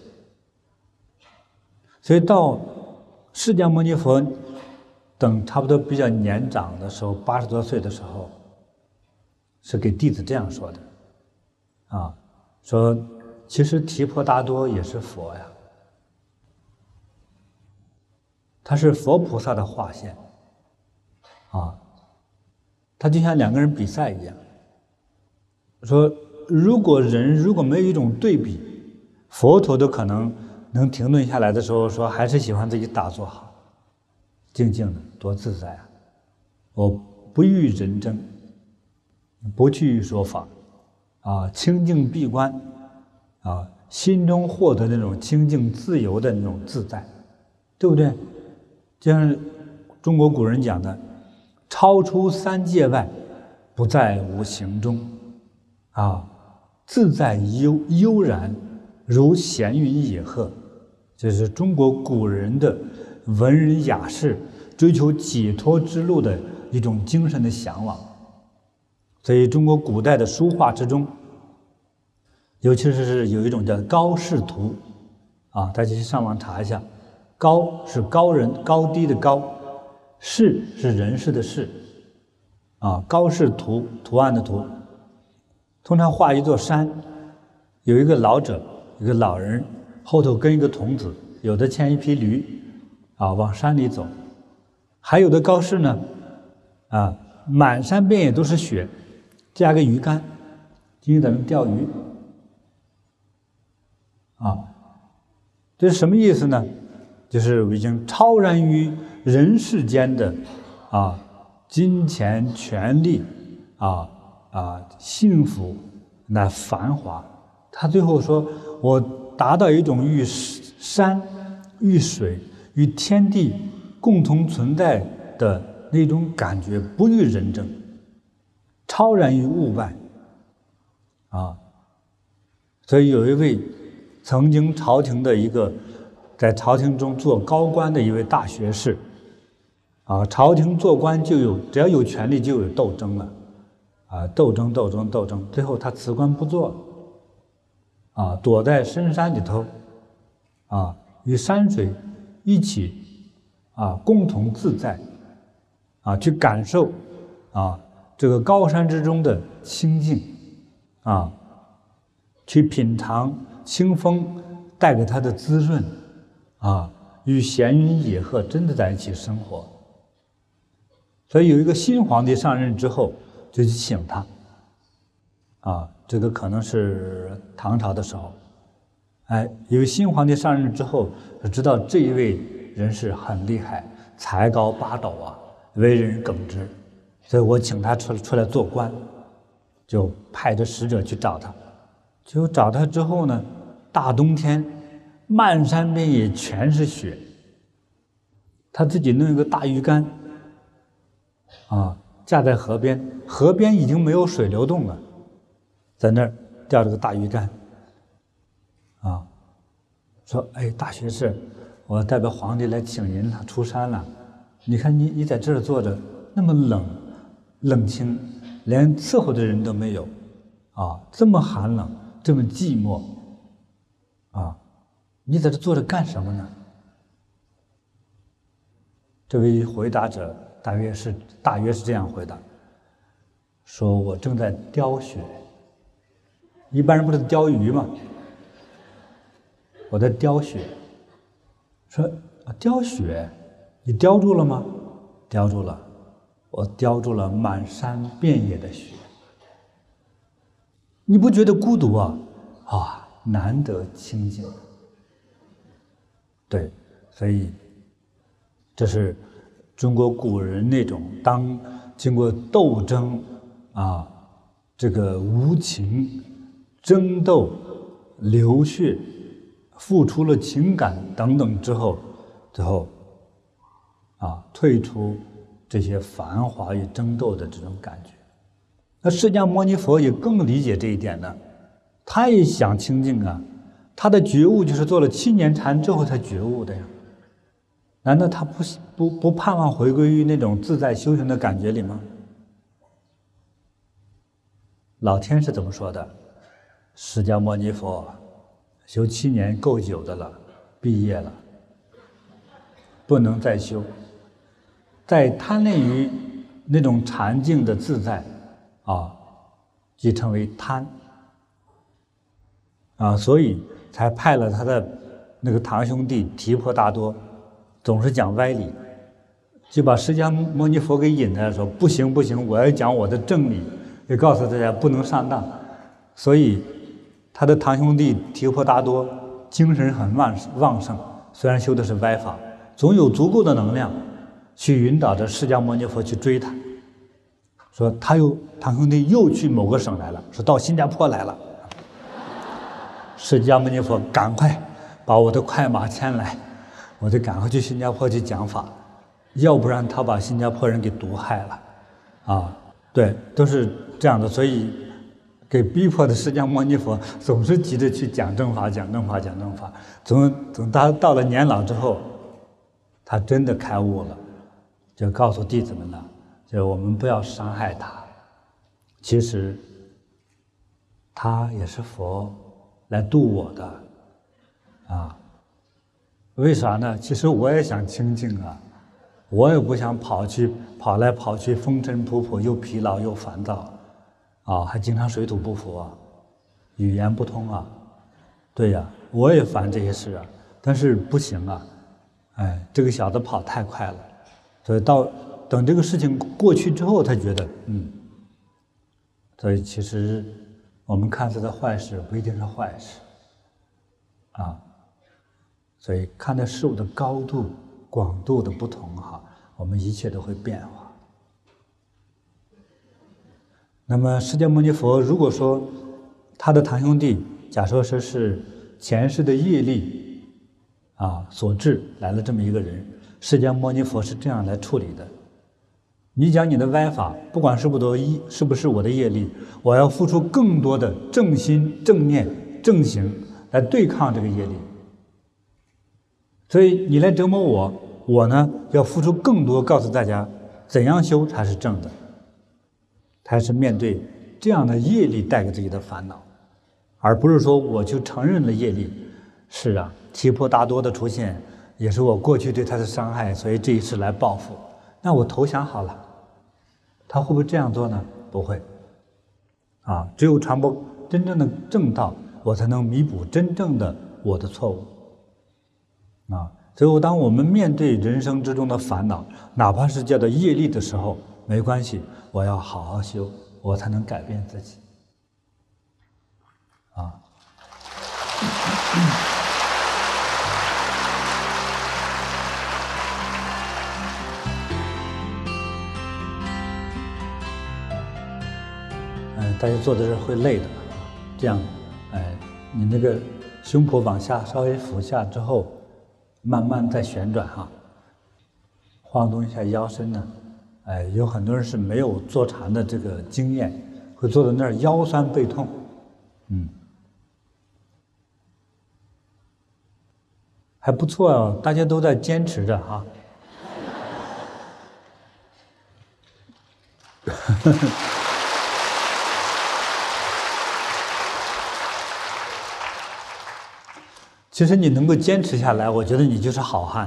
所以到释迦牟尼佛等差不多比较年长的时候，80多岁的时候，是给弟子这样说的，说其实提婆达多也是佛呀，他是佛菩萨的化现，他就像2个人比赛一样。说如果没有一种对比，佛陀都可能能停顿下来的时候，说还是喜欢自己打坐好。静静的多自在我不与人争，不去说法清净闭关心中获得那种清净自由的那种自在，对不对？就像中国古人讲的，超出3界外，不在无形中自在悠然，如闲云野鹤。这是中国古人的文人雅士追求解脱之路的一种精神的向往。所以中国古代的书画之中尤其是有一种叫高士图，啊，大家去上网查一下，高是高人高低的高，士是人士的士，啊，高士图图案的图。通常画一座山，有一个老者，一个老人，后头跟一个童子，有的牵一匹驴，啊，往山里走。还有的高士呢，啊，满山遍野都是雪，加个鱼竿，今天在那钓鱼。啊，这是什么意思呢？就是已经超然于人世间的金钱、权力幸福那繁华。他最后说：“我达到一种与山、与水、与天地共同存在的那种感觉，不与人争，超然于物外。”啊，所以有一位曾经朝廷的一个在朝廷中做高官的一位大学士，啊，朝廷做官只要有权力就有斗争了，啊，斗争，最后他辞官不做了，啊，躲在深山里头，啊，与山水一起，啊，共同自在，啊，去感受，啊，这个高山之中的清静，啊，去品尝清风带给他的滋润，啊，与闲云野鹤真的在一起生活。所以有一个新皇帝上任之后，就去请他，啊，这个可能是唐朝的时候，哎，有新皇帝上任之后，就知道这一位人是很厉害，才高八斗啊，为人耿直，所以我请他出来做官，就派着使者去找他。就找他之后呢，大冬天，漫山遍野全是雪。他自己弄一个大鱼竿，啊，架在河边，河边已经没有水流动了，在那儿吊着个大鱼竿，啊，说：“哎，大学士，我代表皇帝来请您了，出山了。你看你在这儿坐着，那么冷清，连伺候的人都没有，啊，这么寒冷。”这么寂寞，啊，你在这坐着干什么呢？这位回答者大约是这样回答：“说我正在雕雪。一般人不是钓鱼吗？我在雕雪。说雕雪，你雕住了吗？雕住了，我雕住了满山遍野的雪。你不觉得孤独啊？啊，难得清静。对，所以这是中国古人那种当经过斗争啊，这个无情、争斗、流血、付出了情感等等之后，最后啊退出这些繁华与争斗的这种感觉。那释迦牟尼佛也更理解这一点呢，他也想清净啊，他的觉悟就是做了7年禅之后才觉悟的呀。难道他不盼望回归于那种自在修行的感觉里吗？老天是怎么说的？释迦牟尼佛修7年够久的了，毕业了，不能再修，再贪恋于那种禅境的自在啊，即称为贪啊，所以才派了他的那个堂兄弟提婆达多，总是讲歪理，就把释迦牟尼佛给引来说：“不行不行，我要讲我的正理，也告诉大家不能上当。”所以他的堂兄弟提婆达多精神很旺盛，虽然修的是歪法，总有足够的能量去引导着释迦牟尼佛去追他。说堂兄弟又去某个省来了，说到新加坡来了。释迦牟尼佛赶快把我的快马牵来，我就赶快去新加坡去讲法，要不然他把新加坡人给毒害了，啊，对，都是这样的。所以给逼迫的释迦牟尼佛总是急着去讲正法，等他到了年老之后，他真的开悟了，就告诉弟子们了。就是我们不要伤害他，其实他也是佛， 来度我的，啊，为啥呢？其实我也想清净啊，我也不想跑来跑去，风尘仆仆，又疲劳又烦躁，啊，还经常水土不服啊，语言不通啊，对呀，我也烦这些事啊，但是不行啊，哎，这个小子跑太快了，所以等这个事情过去之后，他觉得所以其实我们看似的坏事不一定是坏事，啊，所以看待事物的高度、广度的不同哈，我们一切都会变化。那么释迦牟尼佛如果说他的堂兄弟，假说说是前世的业力所致来了这么一个人，释迦牟尼佛是这样来处理的。你讲你的歪法，不管是不是我的业力，我要付出更多的正心、正念、正行来对抗这个业力。所以你来折磨我，我呢要付出更多，告诉大家怎样修才是正的，才是面对这样的业力带给自己的烦恼，而不是说我就承认了业力。是啊，提婆达多的出现也是我过去对他的伤害，所以这一次来报复。那我投降好了，他会不会这样做呢？不会。只有传播真正的正道，我才能弥补真正的我的错误。所以当我们面对人生之中的烦恼，哪怕是叫做业力的时候，没关系，我要好好修，我才能改变自己。大家坐在这儿会累的，这样，你那个胸脯往下稍微俯下之后，慢慢再旋转晃动一下腰身呢。有很多人是没有坐禅的这个经验，会坐在那儿腰酸背痛，还不错哦，大家都在坚持着哈。其实你能够坚持下来，我觉得你就是好汉。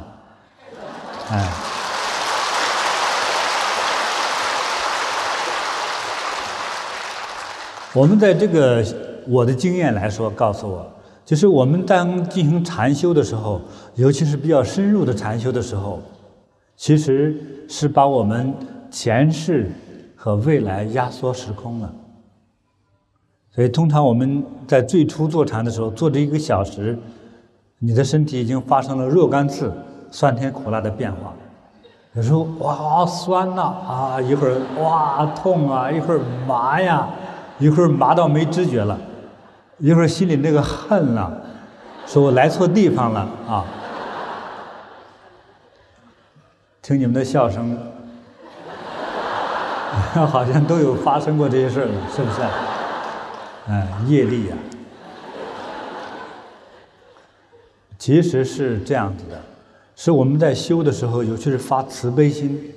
我们在这个我的经验来说，告诉我，就是我们当进行禅修的时候，尤其是比较深入的禅修的时候，其实是把我们前世和未来压缩时空了。所以通常我们在最初坐禅的时候，坐着1个小时，你的身体已经发生了若干次酸甜苦辣的变化。有时候哇酸呐一会儿哇痛啊，一会儿麻呀，一会儿麻到没知觉了，一会儿心里那个恨了，说我来错地方了听你们的笑声，好像都有发生过这些事儿，是不是？业力其实是这样子的，是我们在修的时候，尤其是发慈悲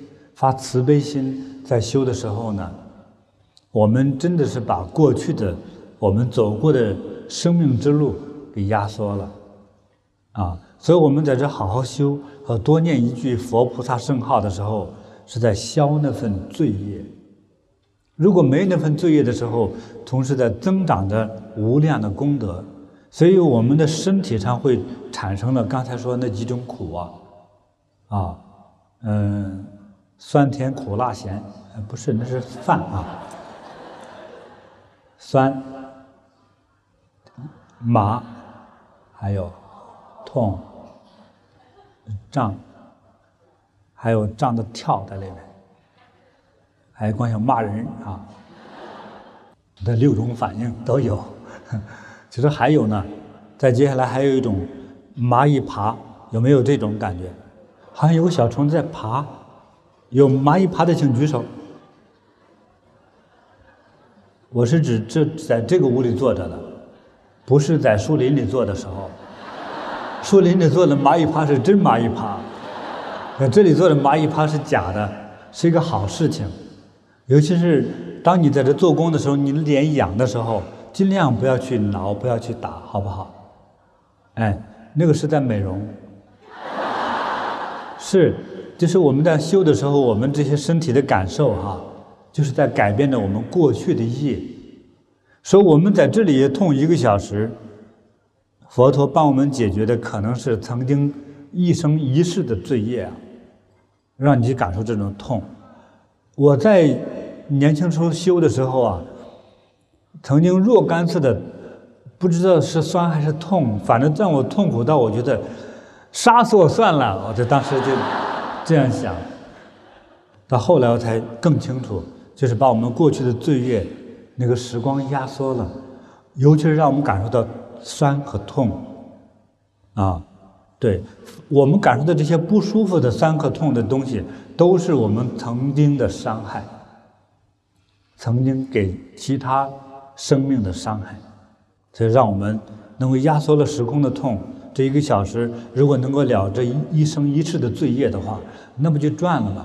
心在修的时候呢，我们真的是把过去的我们走过的生命之路给压缩了所以我们在这好好修和多念一句佛菩萨圣号的时候，是在消那份罪业。如果没那份罪业的时候，同时在增长着无量的功德，所以我们的身体上会产生了刚才说那几种苦酸甜苦辣咸，不是，那是饭酸、麻，还有痛、胀，还有胀得跳在里面，还光想骂人这6种反应都有。其实还有呢，再接下来还有一种蚂蚁爬，有没有这种感觉？好像有个小虫子在爬，有蚂蚁爬的请举手。我是指在这个屋里坐着的，不是在树林里坐的时候。树林里坐的蚂蚁爬是真蚂蚁爬，这里坐的蚂蚁爬是假的，是一个好事情。尤其是当你在这做工的时候，你的脸痒的时候， 尽量不要去挠，不要去打，好不好？哎，那个是在美容。是，就是我们在修的时候，我们这些身体的感受哈，就是在改变着我们过去的业。所以我们在这里痛1个小时，佛陀帮我们解决的可能是曾经一生一世的罪业啊，让你去感受这种痛。我在年轻时候修的时候啊，曾经若干次的，不知道是酸还是痛，反正让我痛苦到我觉得杀死我算了，我就当时就这样想。到后来我才更清楚，就是把我们过去的罪业那个时光压缩了，尤其是让我们感受到酸和痛啊。对，我们感受到这些不舒服的酸和痛的东西，都是我们曾经的伤害，曾经给其他生命的伤害，所以让我们能够压缩了时空的痛。这1个小时，如果能够了这一生一世的罪业的话，那不就赚了吗？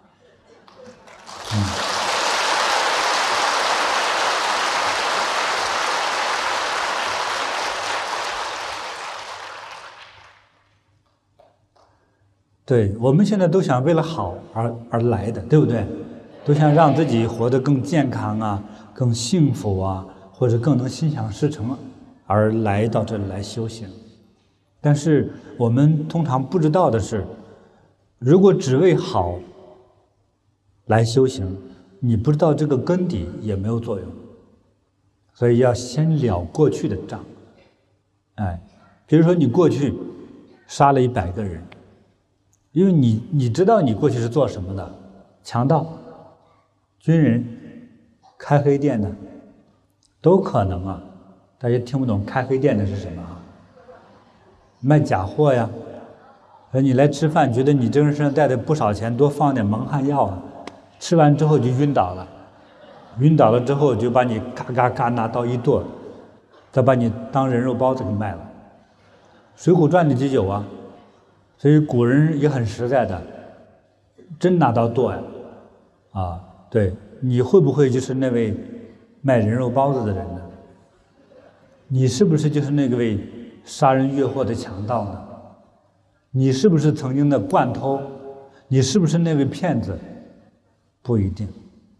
对，我们现在都想为了好而来的，对不对？都想让自己活得更健康啊，更幸福啊，或者更能心想事成而来到这里来修行。但是我们通常不知道的是，如果只为好来修行，你不知道这个根底也没有作用。所以要先了过去的账。哎，比如说你过去杀了100个人，因为你知道你过去是做什么的，强盗、军人、开黑店的，都可能啊。大家听不懂开黑店的是什么啊？卖假货呀。你来吃饭，觉得你这个身上带的不少钱，多放点蒙汗药啊，吃完之后就晕倒了，晕倒了之后就把你嘎嘎嘎拿刀一剁，再把你当人肉包子给卖了。水浒传里就有啊。所以古人也很实在的，真拿刀剁呀。啊，对，你会不会就是那位卖人肉包子的人呢？你是不是就是那位杀人越货的强盗呢？你是不是曾经的惯偷？你是不是那位骗子？不一定。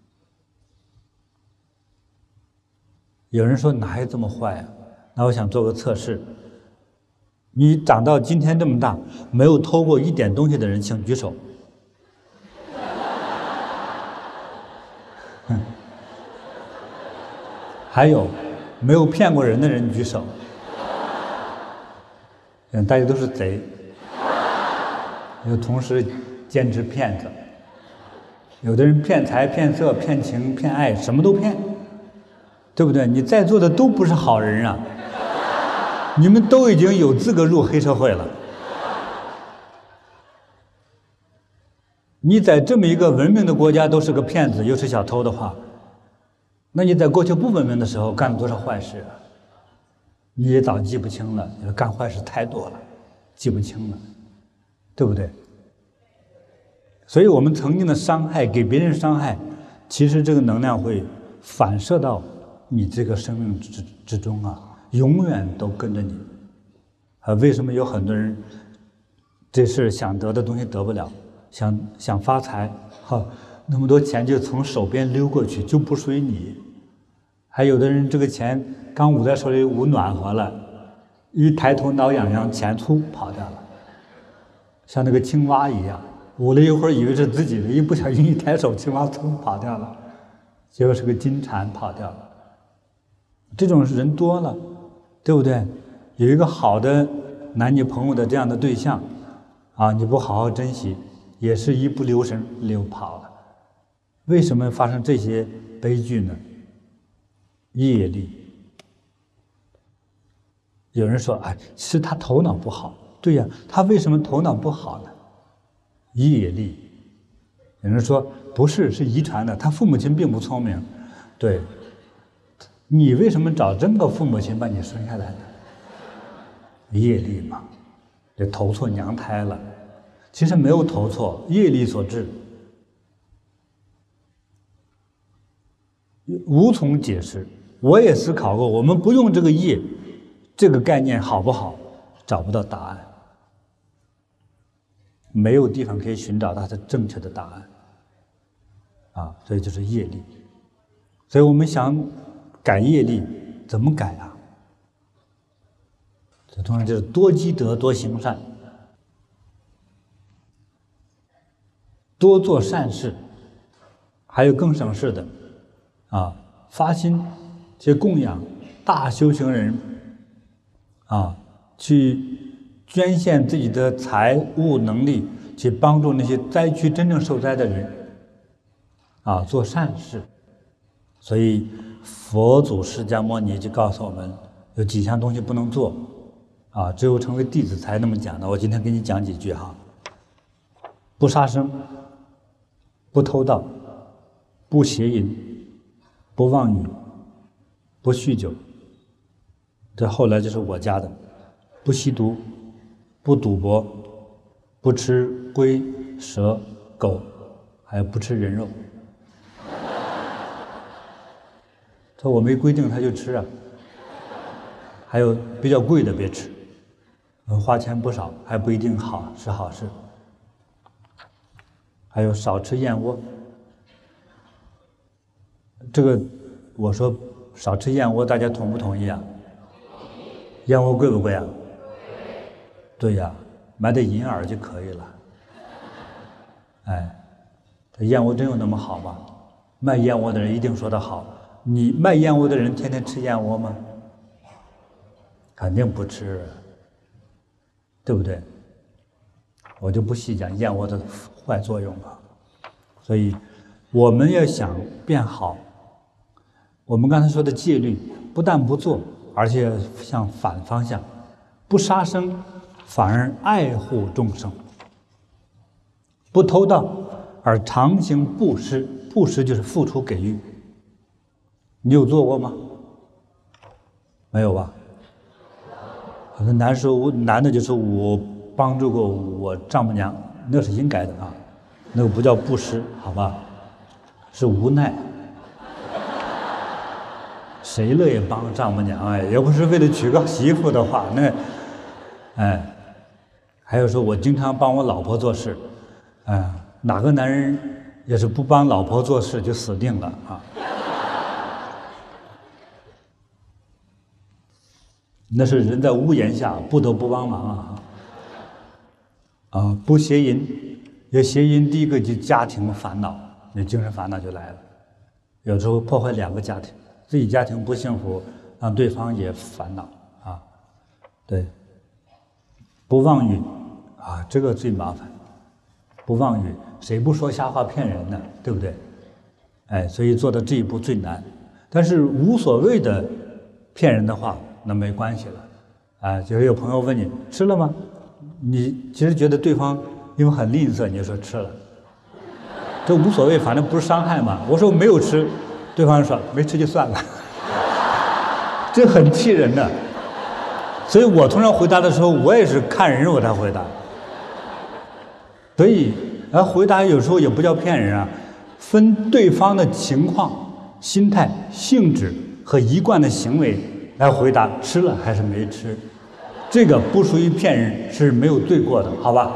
有人说哪有这么坏啊？那我想做个测试。你长到今天这么大，没有偷过1点东西的人，请举手。还有，没有骗过人的人举手。大家都是贼，又同时兼职骗子。有的人骗财、骗色、骗情、骗爱，什么都骗，对不对？你在座的都不是好人啊。你们都已经有资格入黑社会了。你在这么一个文明的国家都是个骗子又是小偷的话，那你在过去不文明的时候干了多少坏事啊？你也早记不清了，因为干坏事太多了，记不清了，对不对？所以我们曾经的伤害，给别人伤害，其实这个能量会反射到你这个生命之中啊。永远都跟着你，为什么有很多人这事想得的东西得不了，想发财，那么多钱就从手边溜过去，就不属于你。还有的人这个钱刚捂在手里捂暖和了，一抬头挠痒痒，钱突跑掉了，像那个青蛙一样，捂了一会儿以为是自己的，一不小心一抬手，青蛙突跑掉了，结果是个金蝉跑掉了。这种人多了。对不对？有一个好的男女朋友的这样的对象，啊，你不好好珍惜，也是一不留神溜跑了。为什么发生这些悲剧呢？业力。有人说，哎，是他头脑不好。对呀，他为什么头脑不好呢？业力。有人说不是，是遗传的，他父母亲并不聪明。对。你为什么找这么个父母亲把你生下来的？业力嘛，这投错娘胎了。其实没有投错，业力所致，无从解释。 我也思考过，我们不用这个业这个概念好不好？找不到答案，没有地方可以寻找它的正确的答案啊，所以就是业力。所以我们想改业力，怎么改啊？这通常就是多积德，多行善，多做善事，还有更省事的啊，发心去供养大修行人啊，去捐献自己的财物能力，去帮助那些灾区真正受灾的人啊，做善事。所以佛祖释迦牟尼就告诉我们，有几项东西不能做啊，只有成为弟子才那么讲的。我今天给你讲几句哈：不杀生，不偷盗，不邪淫，不妄语，不酗酒。这后来就是我加的：不吸毒，不赌博，不吃龟、蛇、狗，还有不吃人肉。说我没规定他就吃啊。还有比较贵的别吃，花钱不少，还不一定好是好事。还有少吃燕窝，这个我说少吃燕窝，大家同不同意啊？燕窝贵不贵啊？对呀，买点银耳就可以了。哎，这燕窝真有那么好吗？卖燕窝的人一定说的好。你卖燕窝的人天天吃燕窝吗？肯定不吃，对不对？我就不细讲燕窝的坏作用了。所以我们要想变好，我们刚才说的戒律不但不做，而且向反方向，不杀生，反而爱护众生；不偷盗，而常行布施。布施就是付出给予。你有做过吗？没有吧？好像难的就是我帮助过我丈母娘，那是应该的啊，那个不叫布施，好吧？是无奈。谁乐意帮丈母娘哎？要不是为了娶个媳妇的话，那，哎，还有说我经常帮我老婆做事，哎，哪个男人要是不帮老婆做事就死定了啊！那是人在屋檐下不得不帮忙啊！不邪淫，有邪淫，第一个就家庭烦恼，那精神烦恼就来了。有时候破坏两个家庭，自己家庭不幸福，让对方也烦恼啊。对，不妄语啊，这个最麻烦。不妄语，谁不说瞎话骗人呢？对不对？哎，所以做到这一步最难。但是无所谓的骗人的话，那没关系了，啊，就是有朋友问你吃了吗？你其实觉得对方因为很吝啬，你就说吃了，这无所谓，反正不是伤害嘛。我说没有吃，对方说没吃就算了，这很气人的。所以我通常回答的时候，我也是看人我才回答。所以，回答有时候也不叫骗人啊，分对方的情况、心态、性质和一贯的行为来回答吃了还是没吃，这个不属于骗人，是没有对过的，好吧？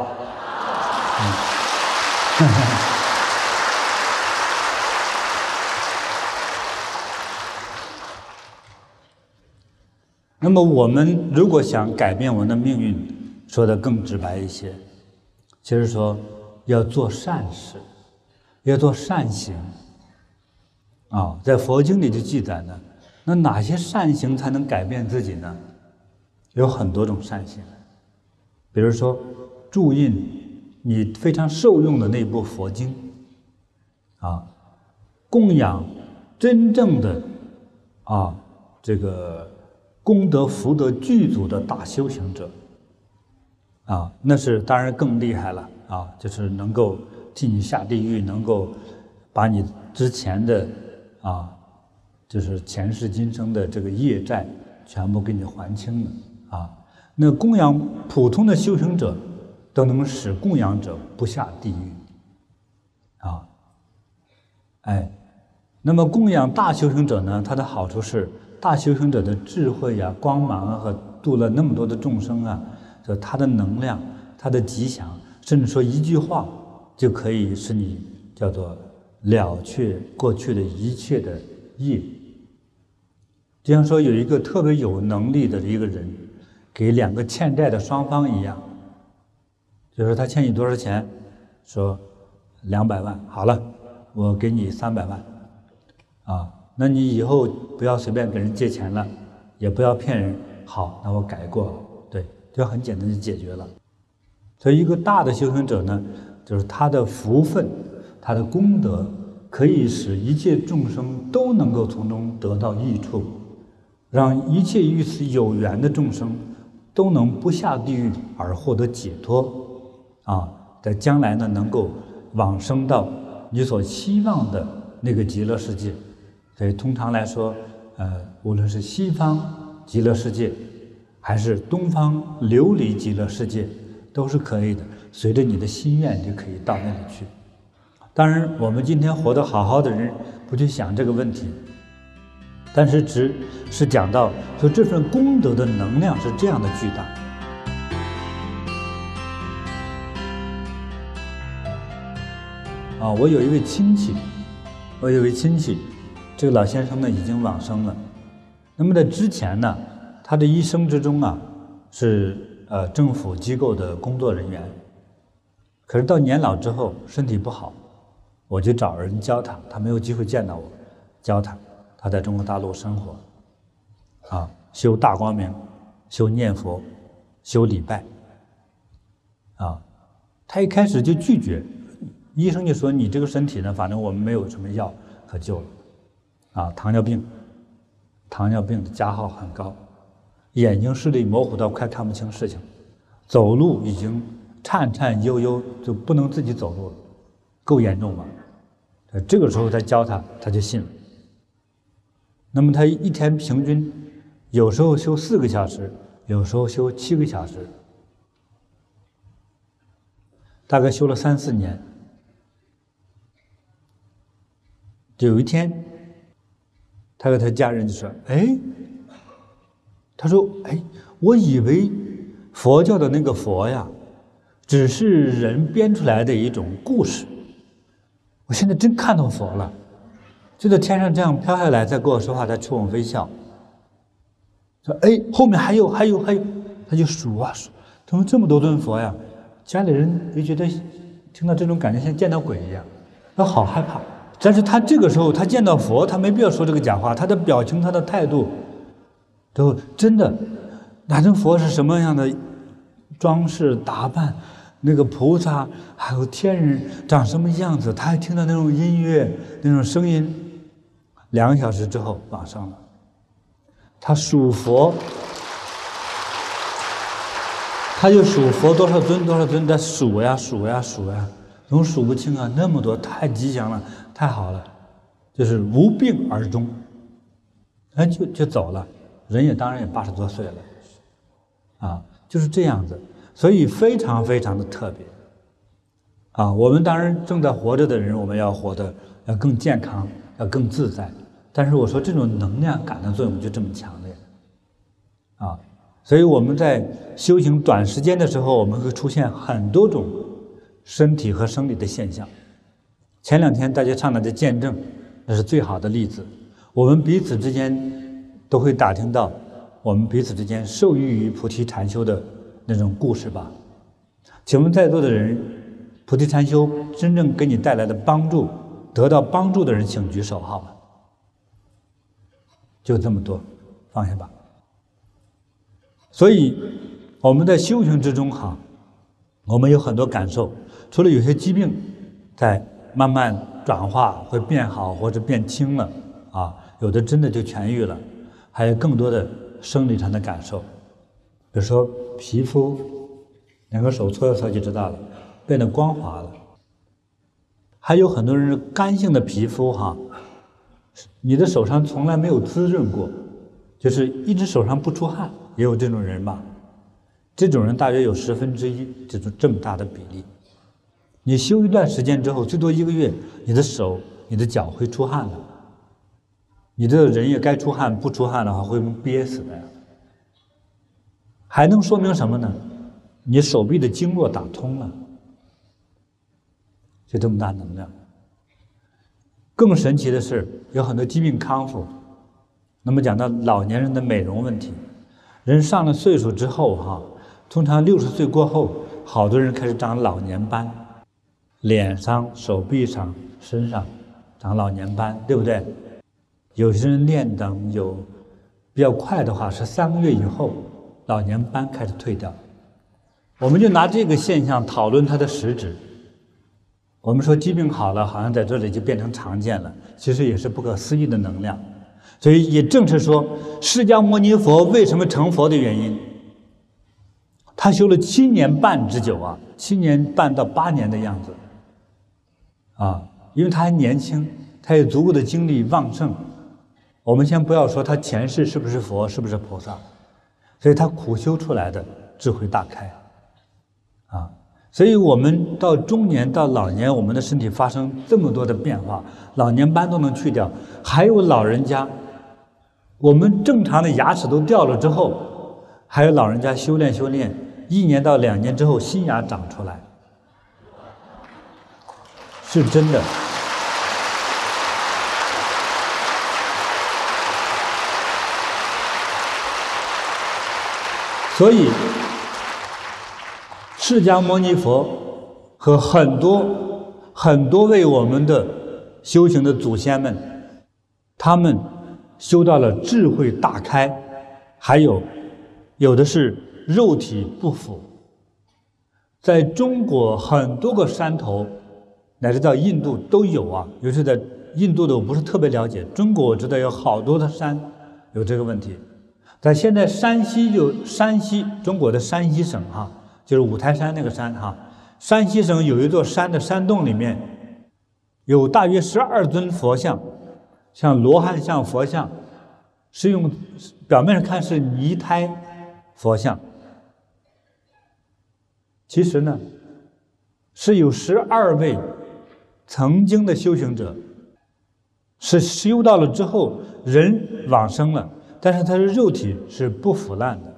那么我们如果想改变我们的命运，说的更直白一些，其实说要做善事，要做善行啊，在佛经里就记载呢。那哪些善行才能改变自己呢？有很多种善行，比如说注印你非常受用的那部佛经啊，供养真正的这个功德福德具足的大修行者啊，那是当然更厉害了啊，就是能够替你下地狱，能够把你之前的就是前世今生的这个业债全部给你还清了啊。那供养普通的修行者，都能使供养者不下地狱啊。哎， 那么供养大修行者呢，它的好处是大修行者的智慧啊、光芒啊和度了那么多的众生啊，就他的能量、他的吉祥，甚至说一句话就可以使你叫做了却过去的一切的业。就像说有一个特别有能力的一个人，给两个欠债的双方一样，就是他欠你多少钱，说200万，好了，我给你300万，啊，那你以后不要随便给人借钱了，也不要骗人，好，那我改过，对，就很简单就解决了。所以一个大的修行者呢，就是他的福分、他的功德，可以使一切众生都能够从中得到益处，让一切与此有缘的众生都能不下地狱而获得解脱，啊，在将来呢能够往生到你所希望的那个极乐世界。所以通常来说，无论是西方极乐世界，还是东方琉璃极乐世界，都是可以的。随着你的心愿，就可以到那里去。当然，我们今天活得好好的人，不去想这个问题。但是只是讲到说这份功德的能量是这样的巨大。我有一位亲戚，这个老先生呢已经往生了。那么在之前呢，他的一生之中啊是政府机构的工作人员，可是到年老之后身体不好，我就找人教他，他没有机会见到我，教他。他在中国大陆生活，修大光明，修念佛，修礼拜，他一开始就拒绝，医生就说你这个身体呢，反正我们没有什么药可救了，糖尿病的加号很高，眼睛视力模糊到快看不清事情，走路已经颤颤悠悠，就不能自己走路了，够严重吧？这个时候再教他，他就信了。那么他一天平均有时候修4个小时，有时候修7个小时，大概修了3、4年。就有一天，他和他家人就说：“他说，我以为佛教的那个佛呀，只是人编出来的一种故事，我现在真看到佛了。”就在天上这样飘下来，在跟我说话，在冲我微笑，说：“后面还有，他就数啊数，怎么这么多尊佛呀？”家里人就觉得听到这种感觉像见到鬼一样，他好害怕。但是他这个时候他见到佛，他没必要说这个假话，他的表情、他的态度，都真的，哪尊佛是什么样的装饰打扮？那个菩萨还有天人长什么样子？他还听到那种音乐、那种声音。2个小时之后往生了。他数佛，他就数佛多少尊，他数呀，总数不清啊，那么多，太吉祥了，太好了，就是无病而终，就走了，人也当然也80多岁了，就是这样子。所以非常非常的特别，我们当然正在活着的人，我们要活得要更健康，要更自在。但是我说这种能量感的作用就这么强烈，所以我们在修行短时间的时候，我们会出现很多种身体和生理的现象。前2天大家上来的见证，那是最好的例子。我们彼此之间都会打听到，我们彼此之间受益于菩提禅修的那种故事吧。请问在座的人，菩提禅修真正给你带来的帮助，得到帮助的人请举手好吗？就这么多，放下吧。所以我们在修行之中我们有很多感受，除了有些疾病在慢慢转化会变好或者变轻了有的真的就痊愈了，还有更多的生理上的感受，比如说皮肤2个手搓一搓就知道了，变得光滑了。还有很多人干性的皮肤你的手上从来没有滋润过，就是一直手上不出汗，也有这种人吧。这种人大约有1/10，这么大的比例。你修一段时间之后，最多1个月，你的手、你的脚会出汗了， 你这人也该出汗，不出汗的话会憋死的呀。还能说明什么呢？你手臂的经络打通了，就这么大能量。更神奇的是，有很多疾病康复。那么讲到老年人的美容问题，人上了岁数之后通常60岁过后，好多人开始长老年斑，脸上、手臂上、身上长老年斑，对不对？有些人练等有比较快的话，是3个月以后，老年斑开始退掉。我们就拿这个现象讨论它的实质。我们说疾病好了，好像在这里就变成常见了，其实也是不可思议的能量。所以也正是说，释迦牟尼佛为什么成佛的原因，他修了7年半之久啊，7年半到8年的样子因为他还年轻，他有足够的精力旺盛。我们先不要说他前世是不是佛，是不是菩萨，所以他苦修出来的智慧大开所以我们到中年到老年，我们的身体发生这么多的变化，老年斑都能去掉。还有老人家，我们正常的牙齿都掉了之后，还有老人家修炼1年到2年之后，新牙长出来，是真的。所以释迦牟尼佛和很多位我们的修行的祖先们，他们修到了智慧大开，还有的是肉体不腐。在中国很多个山头，乃至到印度都有尤其在印度的我不是特别了解，中国我知道有好多的山有这个问题。在现在山西中国的山西省就是五台山那个山山西省有一座山的山洞里面，有大约12尊佛像，像罗汉像佛像，是用表面上看是泥胎佛像，其实呢是有12位曾经的修行者，是修到了之后人往生了，但是他的肉体是不腐烂的，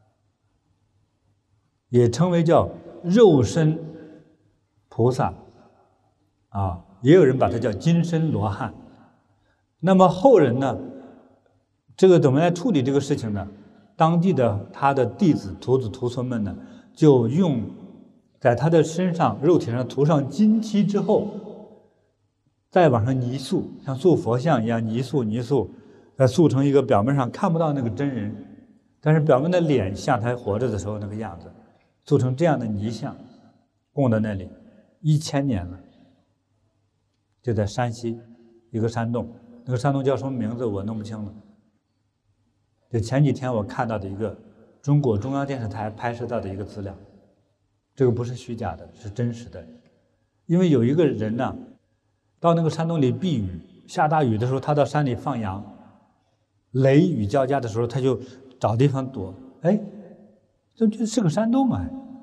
也称为叫肉身菩萨也有人把它叫金身罗汉。那么后人呢，这个怎么来处理这个事情呢？当地的他的弟子徒子徒孙们呢，就用在他的身上肉体上涂上金漆之后，再往上泥塑，像塑佛像一样泥塑，再塑成一个表面上看不到那个真人，但是表面的脸像他活着的时候那个样子，塑成这样的泥像，供在那里1000年了。就在山西一个山洞，那个山洞叫什么名字我弄不清了。就前几天我看到的一个中国中央电视台拍摄到的一个资料，这个不是虚假的，是真实的。因为有一个人呢，到那个山洞里避雨，下大雨的时候他到山里放羊，雷雨交加的时候他就找地方躲，这就是个山洞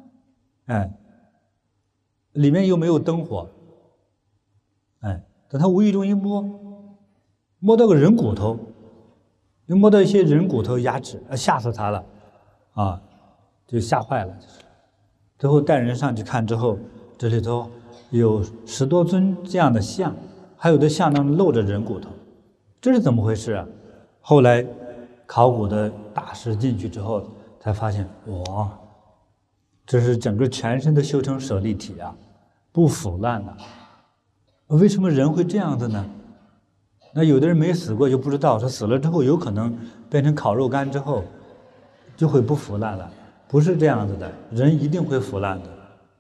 里面又没有灯火，等他无意中一摸到个人骨头，又摸到一些人骨头牙齿，吓死他了就吓坏了。最后带人上去看之后，这里头有10多尊这样的像，还有的像当中露着人骨头，这是怎么回事啊？后来考古的大师进去之后才发现，哇，这是整个全身都修成舍利体不腐烂了。为什么人会这样子呢？那有的人没死过就不知道，他死了之后有可能变成烤肉干之后就会不腐烂了，不是这样子的，人一定会腐烂的。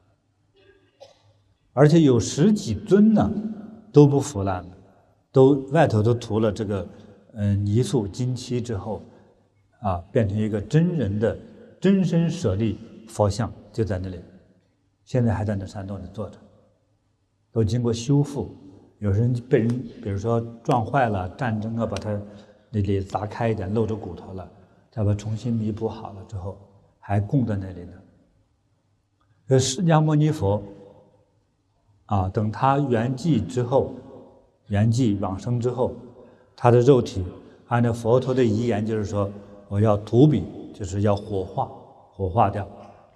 而且有10几尊呢都不腐烂的，都外头都涂了这个泥塑金漆之后变成一个真人的真身舍利佛像，就在那里，现在还在那山洞里坐着，都经过修复。有人被人比如说撞坏了，战争把它那里砸开一点，露着骨头了，再把它重新弥补好了之后，还供在那里呢。释迦牟尼佛等他圆寂往生之后， 他的肉体按照佛陀的遗言，就是说我要荼毗，就是要火化掉，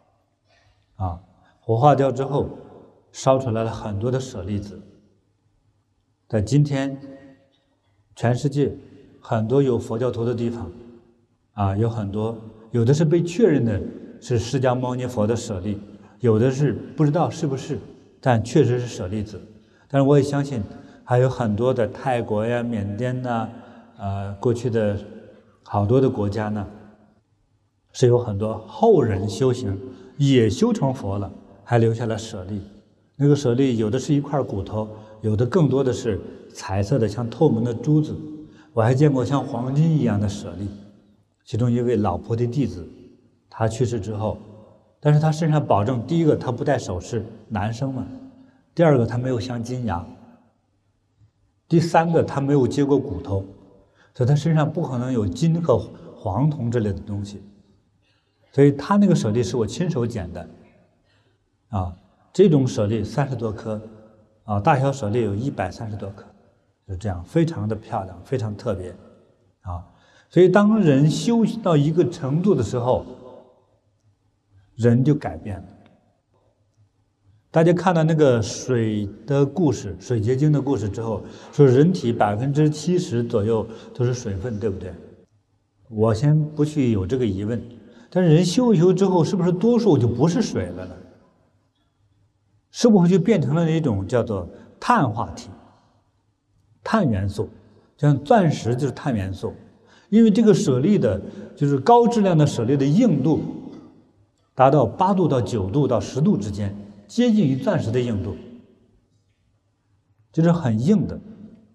火化掉之后，烧出来了很多的舍利子。在今天，全世界很多有佛教徒的地方，有很多，有的是被确认的是释迦牟尼佛的舍利，有的是不知道是不是，但确实是舍利子。但是我也相信，还有很多的泰国呀、缅甸呐，过去的好多的国家呢，是有很多后人修行也修成佛了，还留下了舍利。那个舍利有的是一块骨头，有的更多的是彩色的，像透明的珠子。我还见过像黄金一样的舍利。其中一位老菩提弟子，他去世之后，但是他身上保证，第一个他不戴首饰，男生嘛；第二个他没有镶金牙；第三个他没有接过骨头，所以他身上不可能有金和黄铜之类的东西。所以他那个舍利是我亲手捡的，这种舍利30多颗，大小舍利有130多颗，就这样，非常的漂亮，非常特别，所以当人修行到一个程度的时候，人就改变了。大家看到那个水的故事，水结晶的故事之后，说人体70%左右都是水分，对不对？我先不去有这个疑问，但是人修一修之后，是不是多数就不是水了呢？是不是就变成了一种叫做碳化体、碳元素？像钻石就是碳元素，因为这个舍利的，就是高质量的舍利的硬度达到8度到9度到10度之间，接近于钻石的硬度，就是很硬的。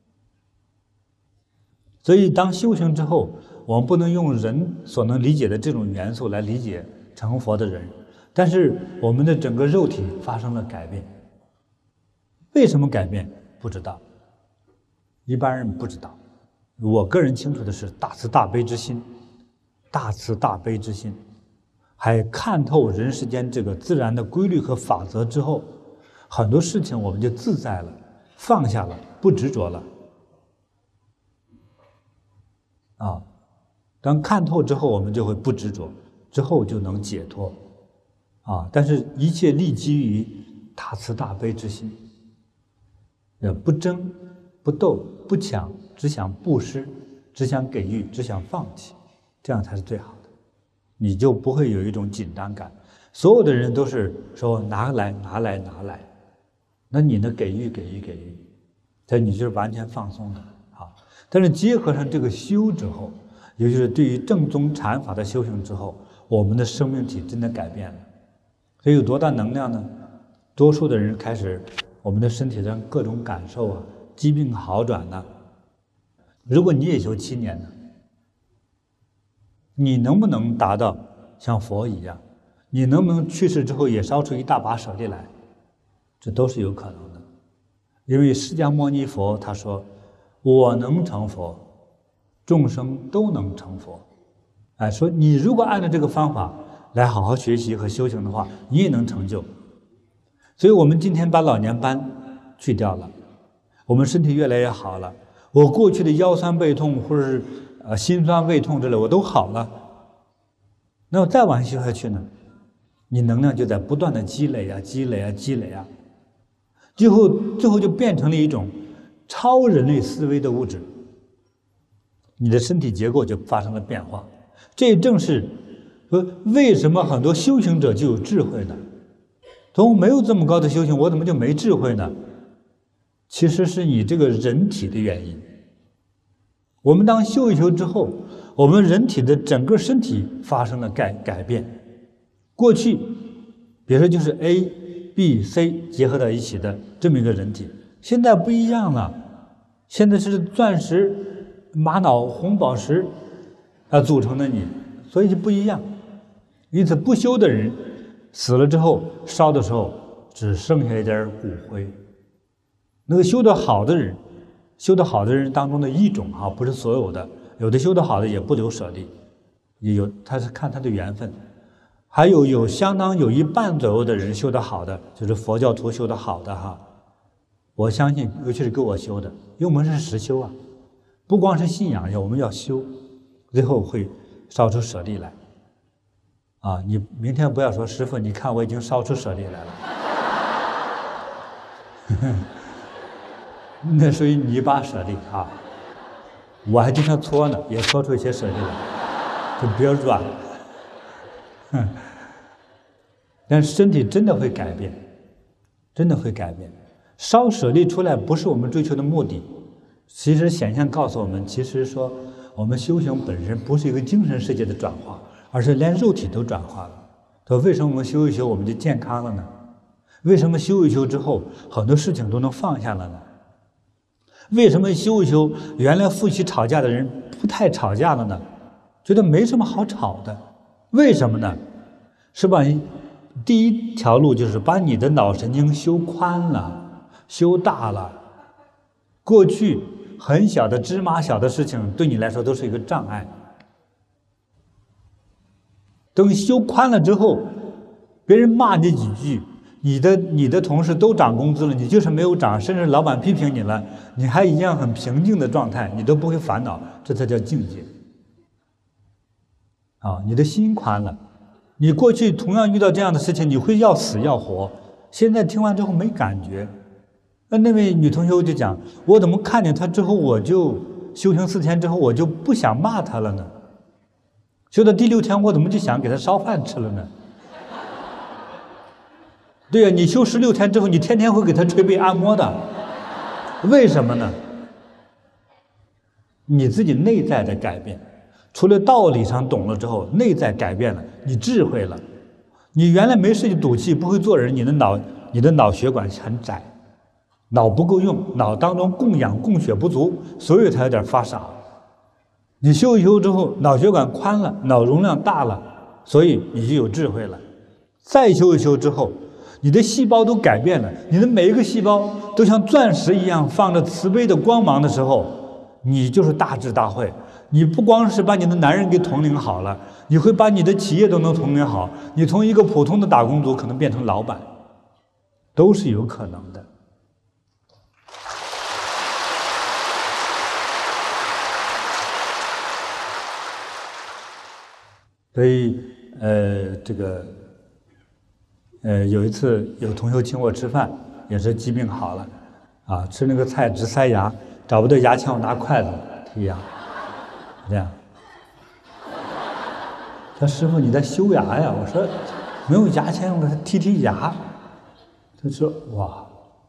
所以当修行之后，我们不能用人所能理解的这种元素来理解成佛的人，但是我们的整个肉体发生了改变。为什么改变？不知道，一般人不知道。我个人清楚的是大慈大悲之心，大慈大悲之心，还看透人世间这个自然的规律和法则之后，很多事情我们就自在了，放下了，不执着了。当看透之后，我们就会不执着，之后就能解脱。但是一切立基于大慈大悲之心，不争、不斗、不抢，只想布施，只想给予，只想放弃，这样才是最好的。你就不会有一种紧张感。所有的人都是说拿来，那你呢？给予，这你就是完全放松的。但是结合上这个修之后，尤其是对于正宗禅法的修行之后，我们的生命体真的改变了。所以有多大能量呢？多数的人开始，我们的身体上各种感受疾病好转呢。如果你也修7年呢，你能不能达到像佛一样？你能不能去世之后也烧出一大把舍利来？这都是有可能的。因为释迦牟尼佛他说，我能成佛，众生都能成佛。说你如果按照这个方法来好好学习和修行的话，你也能成就。所以我们今天把老年斑去掉了，我们身体越来越好了。我过去的腰酸背痛或者是心酸胃痛之类，我都好了。那我再往下修下去呢，你能量就在不断的积累，最后就变成了一种超人类思维的物质，你的身体结构就发生了变化。这正是为什么很多修行者就有智慧呢？从没有这么高的修行，我怎么就没智慧呢？其实是你这个人体的原因。我们当修一修之后，我们人体的整个身体发生了改变。过去比如说就是 A、B、C 结合到一起的这么一个人体，现在不一样了，现在是钻石、玛瑙、红宝石组成的你，所以就不一样。因此不修的人死了之后烧的时候只剩下一点骨灰。那个修得好的人，当中的一种不是所有的，有的修得好的也不留舍利，也有，他是看他的缘分。还有相当有一半左右的人修得好的，就是佛教徒修得好的我相信，尤其是跟我修的，因为我们是实修不光是信仰，我们要修，最后会烧出舍利来。啊，你明天不要说师父，你看我已经烧出舍利来了，那属于泥巴舍利啊。我还经常搓呢，也搓出一些舍利来，就不要软。但是身体真的会改变，真的会改变。烧舍利出来不是我们追求的目的，其实显象告诉我们，其实说我们修行本身不是一个精神世界的转化，而是连肉体都转化了。说为什么我们修一修我们就健康了呢？为什么修一修之后很多事情都能放下了呢？为什么修一修原来夫妻吵架的人不太吵架了呢？觉得没什么好吵的，为什么呢？是吧？第一条路就是把你的脑神经修宽了，修大了。过去很小的芝麻小的事情对你来说都是一个障碍，等修宽了之后，别人骂你几句，你的同事都涨工资了，你就是没有涨，甚至老板批评你了，你还一样很平静的状态，你都不会烦恼，这才叫境界。啊，你的心宽了。你过去同样遇到这样的事情，你会要死要活，现在听完之后没感觉。那位女同学就讲，我怎么看见她之后，我就修行4天之后，我就不想骂她了呢？修到第6天，我怎么就想给她烧饭吃了呢？对呀，你修16天之后，你天天会给她捶背按摩的，为什么呢？你自己内在的改变。除了道理上懂了之后，内在改变了，你智慧了。你原来没事就赌气，不会做人，你的脑血管很窄，脑不够用，脑当中供氧供血不足，所以才有点发傻。你修一修之后，脑血管宽了，脑容量大了，所以你就有智慧了。再修一修之后，你的细胞都改变了，你的每一个细胞都像钻石一样放着慈悲的光芒的时候，你就是大智大慧。你不光是把你的男人给统领好了，你会把你的企业都能统领好，你从一个普通的打工族可能变成老板，都是有可能的。所以有一次有同学请我吃饭，也是疾病好了啊，吃那个菜直塞牙，找不到牙签，我拿筷子剔牙。这样，他师父你在修牙呀？我说没有牙签，我给他剔牙。他说哇，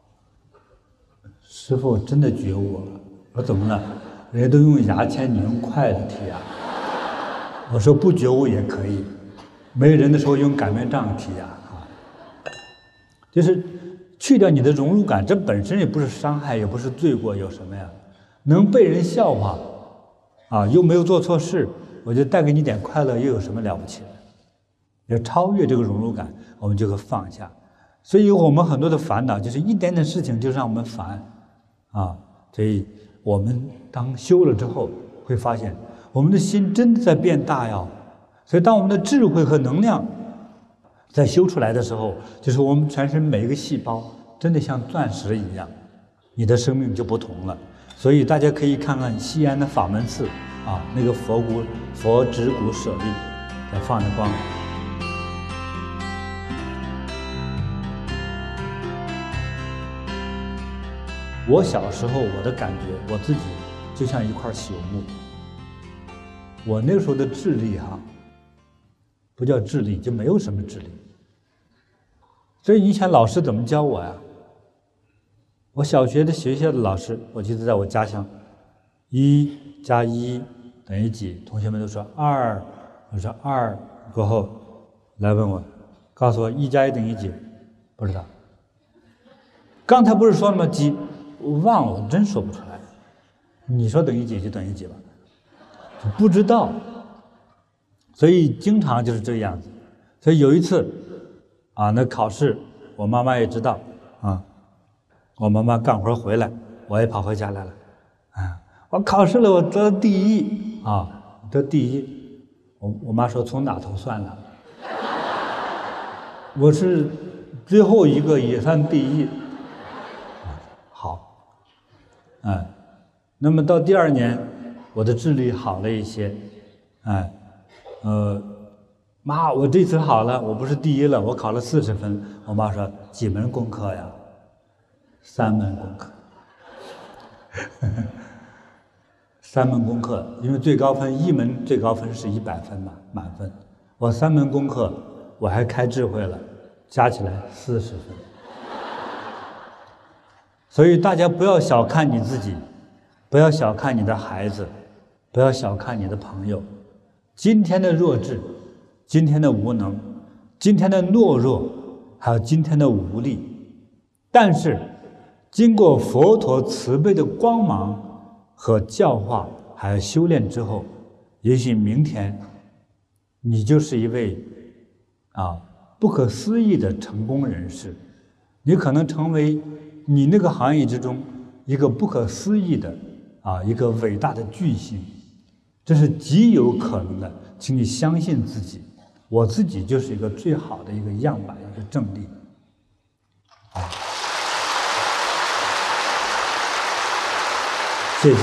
师父真的觉悟了。我说怎么了？人家都用牙签，你用筷子剔牙。我说不觉悟也可以，没人的时候用擀面杖剔牙啊。就是去掉你的荣辱感，这本身也不是伤害，也不是罪过，有什么呀？能被人笑话。啊，又没有做错事，我就带给你点快乐，又有什么了不起的？要超越这个荣辱感，我们就会放下。所以我们很多的烦恼，就是一点点事情就让我们烦，啊，所以我们当修了之后，会发现我们的心真的在变大呀。所以当我们的智慧和能量在修出来的时候，就是我们全身每一个细胞真的像钻石一样，你的生命就不同了。所以大家可以看看西安的法门寺啊，那个佛指骨舍利在放着光。我小时候我的感觉，我自己就像一块朽木。我那时候的智力不叫智力，就没有什么智力。所以以前老师怎么教我呀？我小学的学校的老师，我记得在我家乡，1加1等于几？同学们都说2，我说2，过后来问我，告诉我1加1等于几？不知道。刚才不是说了吗？几？我忘了，我真说不出来。你说等于几就等于几吧，不知道。所以经常就是这个样子。所以有一次啊，那考试，我妈妈也知道啊。我妈妈干活回来，我也跑回家来了。啊，我考试了，我得第1啊，得第1。我妈说从哪头算了？我是最后一个也算第1。好， 那么到第2年，我的智力好了一些，哎，妈，我这次好了，我不是第1了，我考了40分。我妈说几门功课呀？3门功课。3门功课，因为最高分1门最高分是100分嘛，满分。我3门功课，我还开智慧了，加起来40分。所以大家不要小看你自己，不要小看你的孩子，不要小看你的朋友。今天的弱智，今天的无能，今天的懦弱，还有今天的无力，但是经过佛陀慈悲的光芒和教化还有修炼之后，也许明天你就是一位不可思议的成功人士，你可能成为你那个行业之中一个不可思议的一个伟大的巨星，这是极有可能的，请你相信自己。我自己就是一个最好的一个样板，一个正例。谢谢。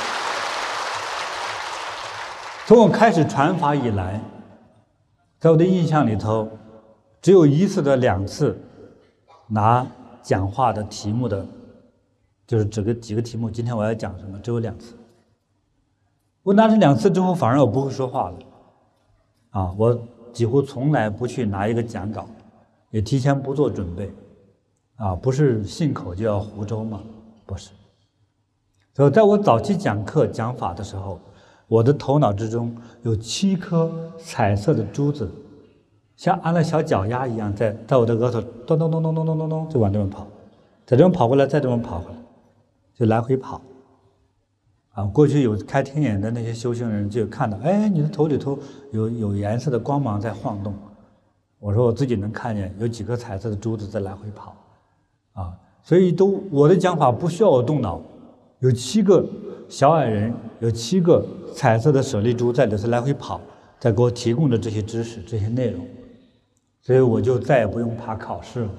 从我开始传法以来，在我的印象里头，只有1次的2次拿讲话的题目的，就是几个题目，今天我要讲什么，只有2次。我拿这2次之后，反而我不会说话了。我几乎从来不去拿一个讲稿，也提前不做准备。不是信口就要胡诌吗？不是。所以在我早期讲课讲法的时候，我的头脑之中有7颗彩色的珠子，像安了小脚丫一样，在我的额头咚咚咚咚咚咚咚咚就往这边跑，在这边跑过来，再这边跑回来，就来回跑。过去有开天眼的那些修行人就有看到，哎，你的头里头有颜色的光芒在晃动。我说我自己能看见有几颗彩色的珠子在来回跑，所以我的讲法不需要我动脑，有7个小矮人，有7个彩色的舍利珠在里头来回跑，在给我提供的这些知识、这些内容，所以我就再也不用怕考试了。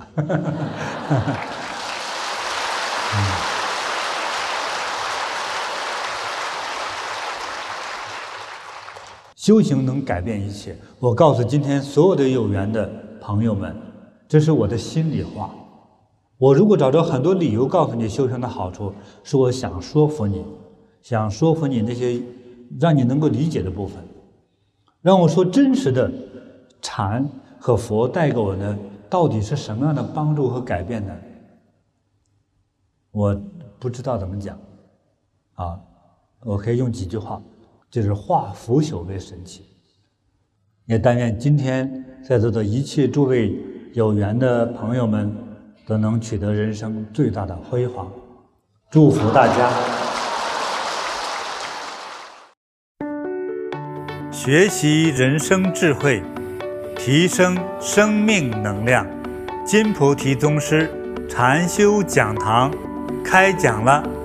修行能改变一切。我告诉今天所有的有缘的朋友们，这是我的心里话。我如果找着很多理由告诉你修行的好处，是我想说服你，想说服你那些让你能够理解的部分。让我说真实的禅和佛带给我的到底是什么样的帮助和改变呢？我不知道怎么讲我可以用几句话，就是化腐朽为神奇。也但愿今天在座的一切诸位有缘的朋友们都能取得人生最大的辉煌，祝福大家。学习人生智慧，提升生命能量。金菩提宗师禅修讲堂开讲了。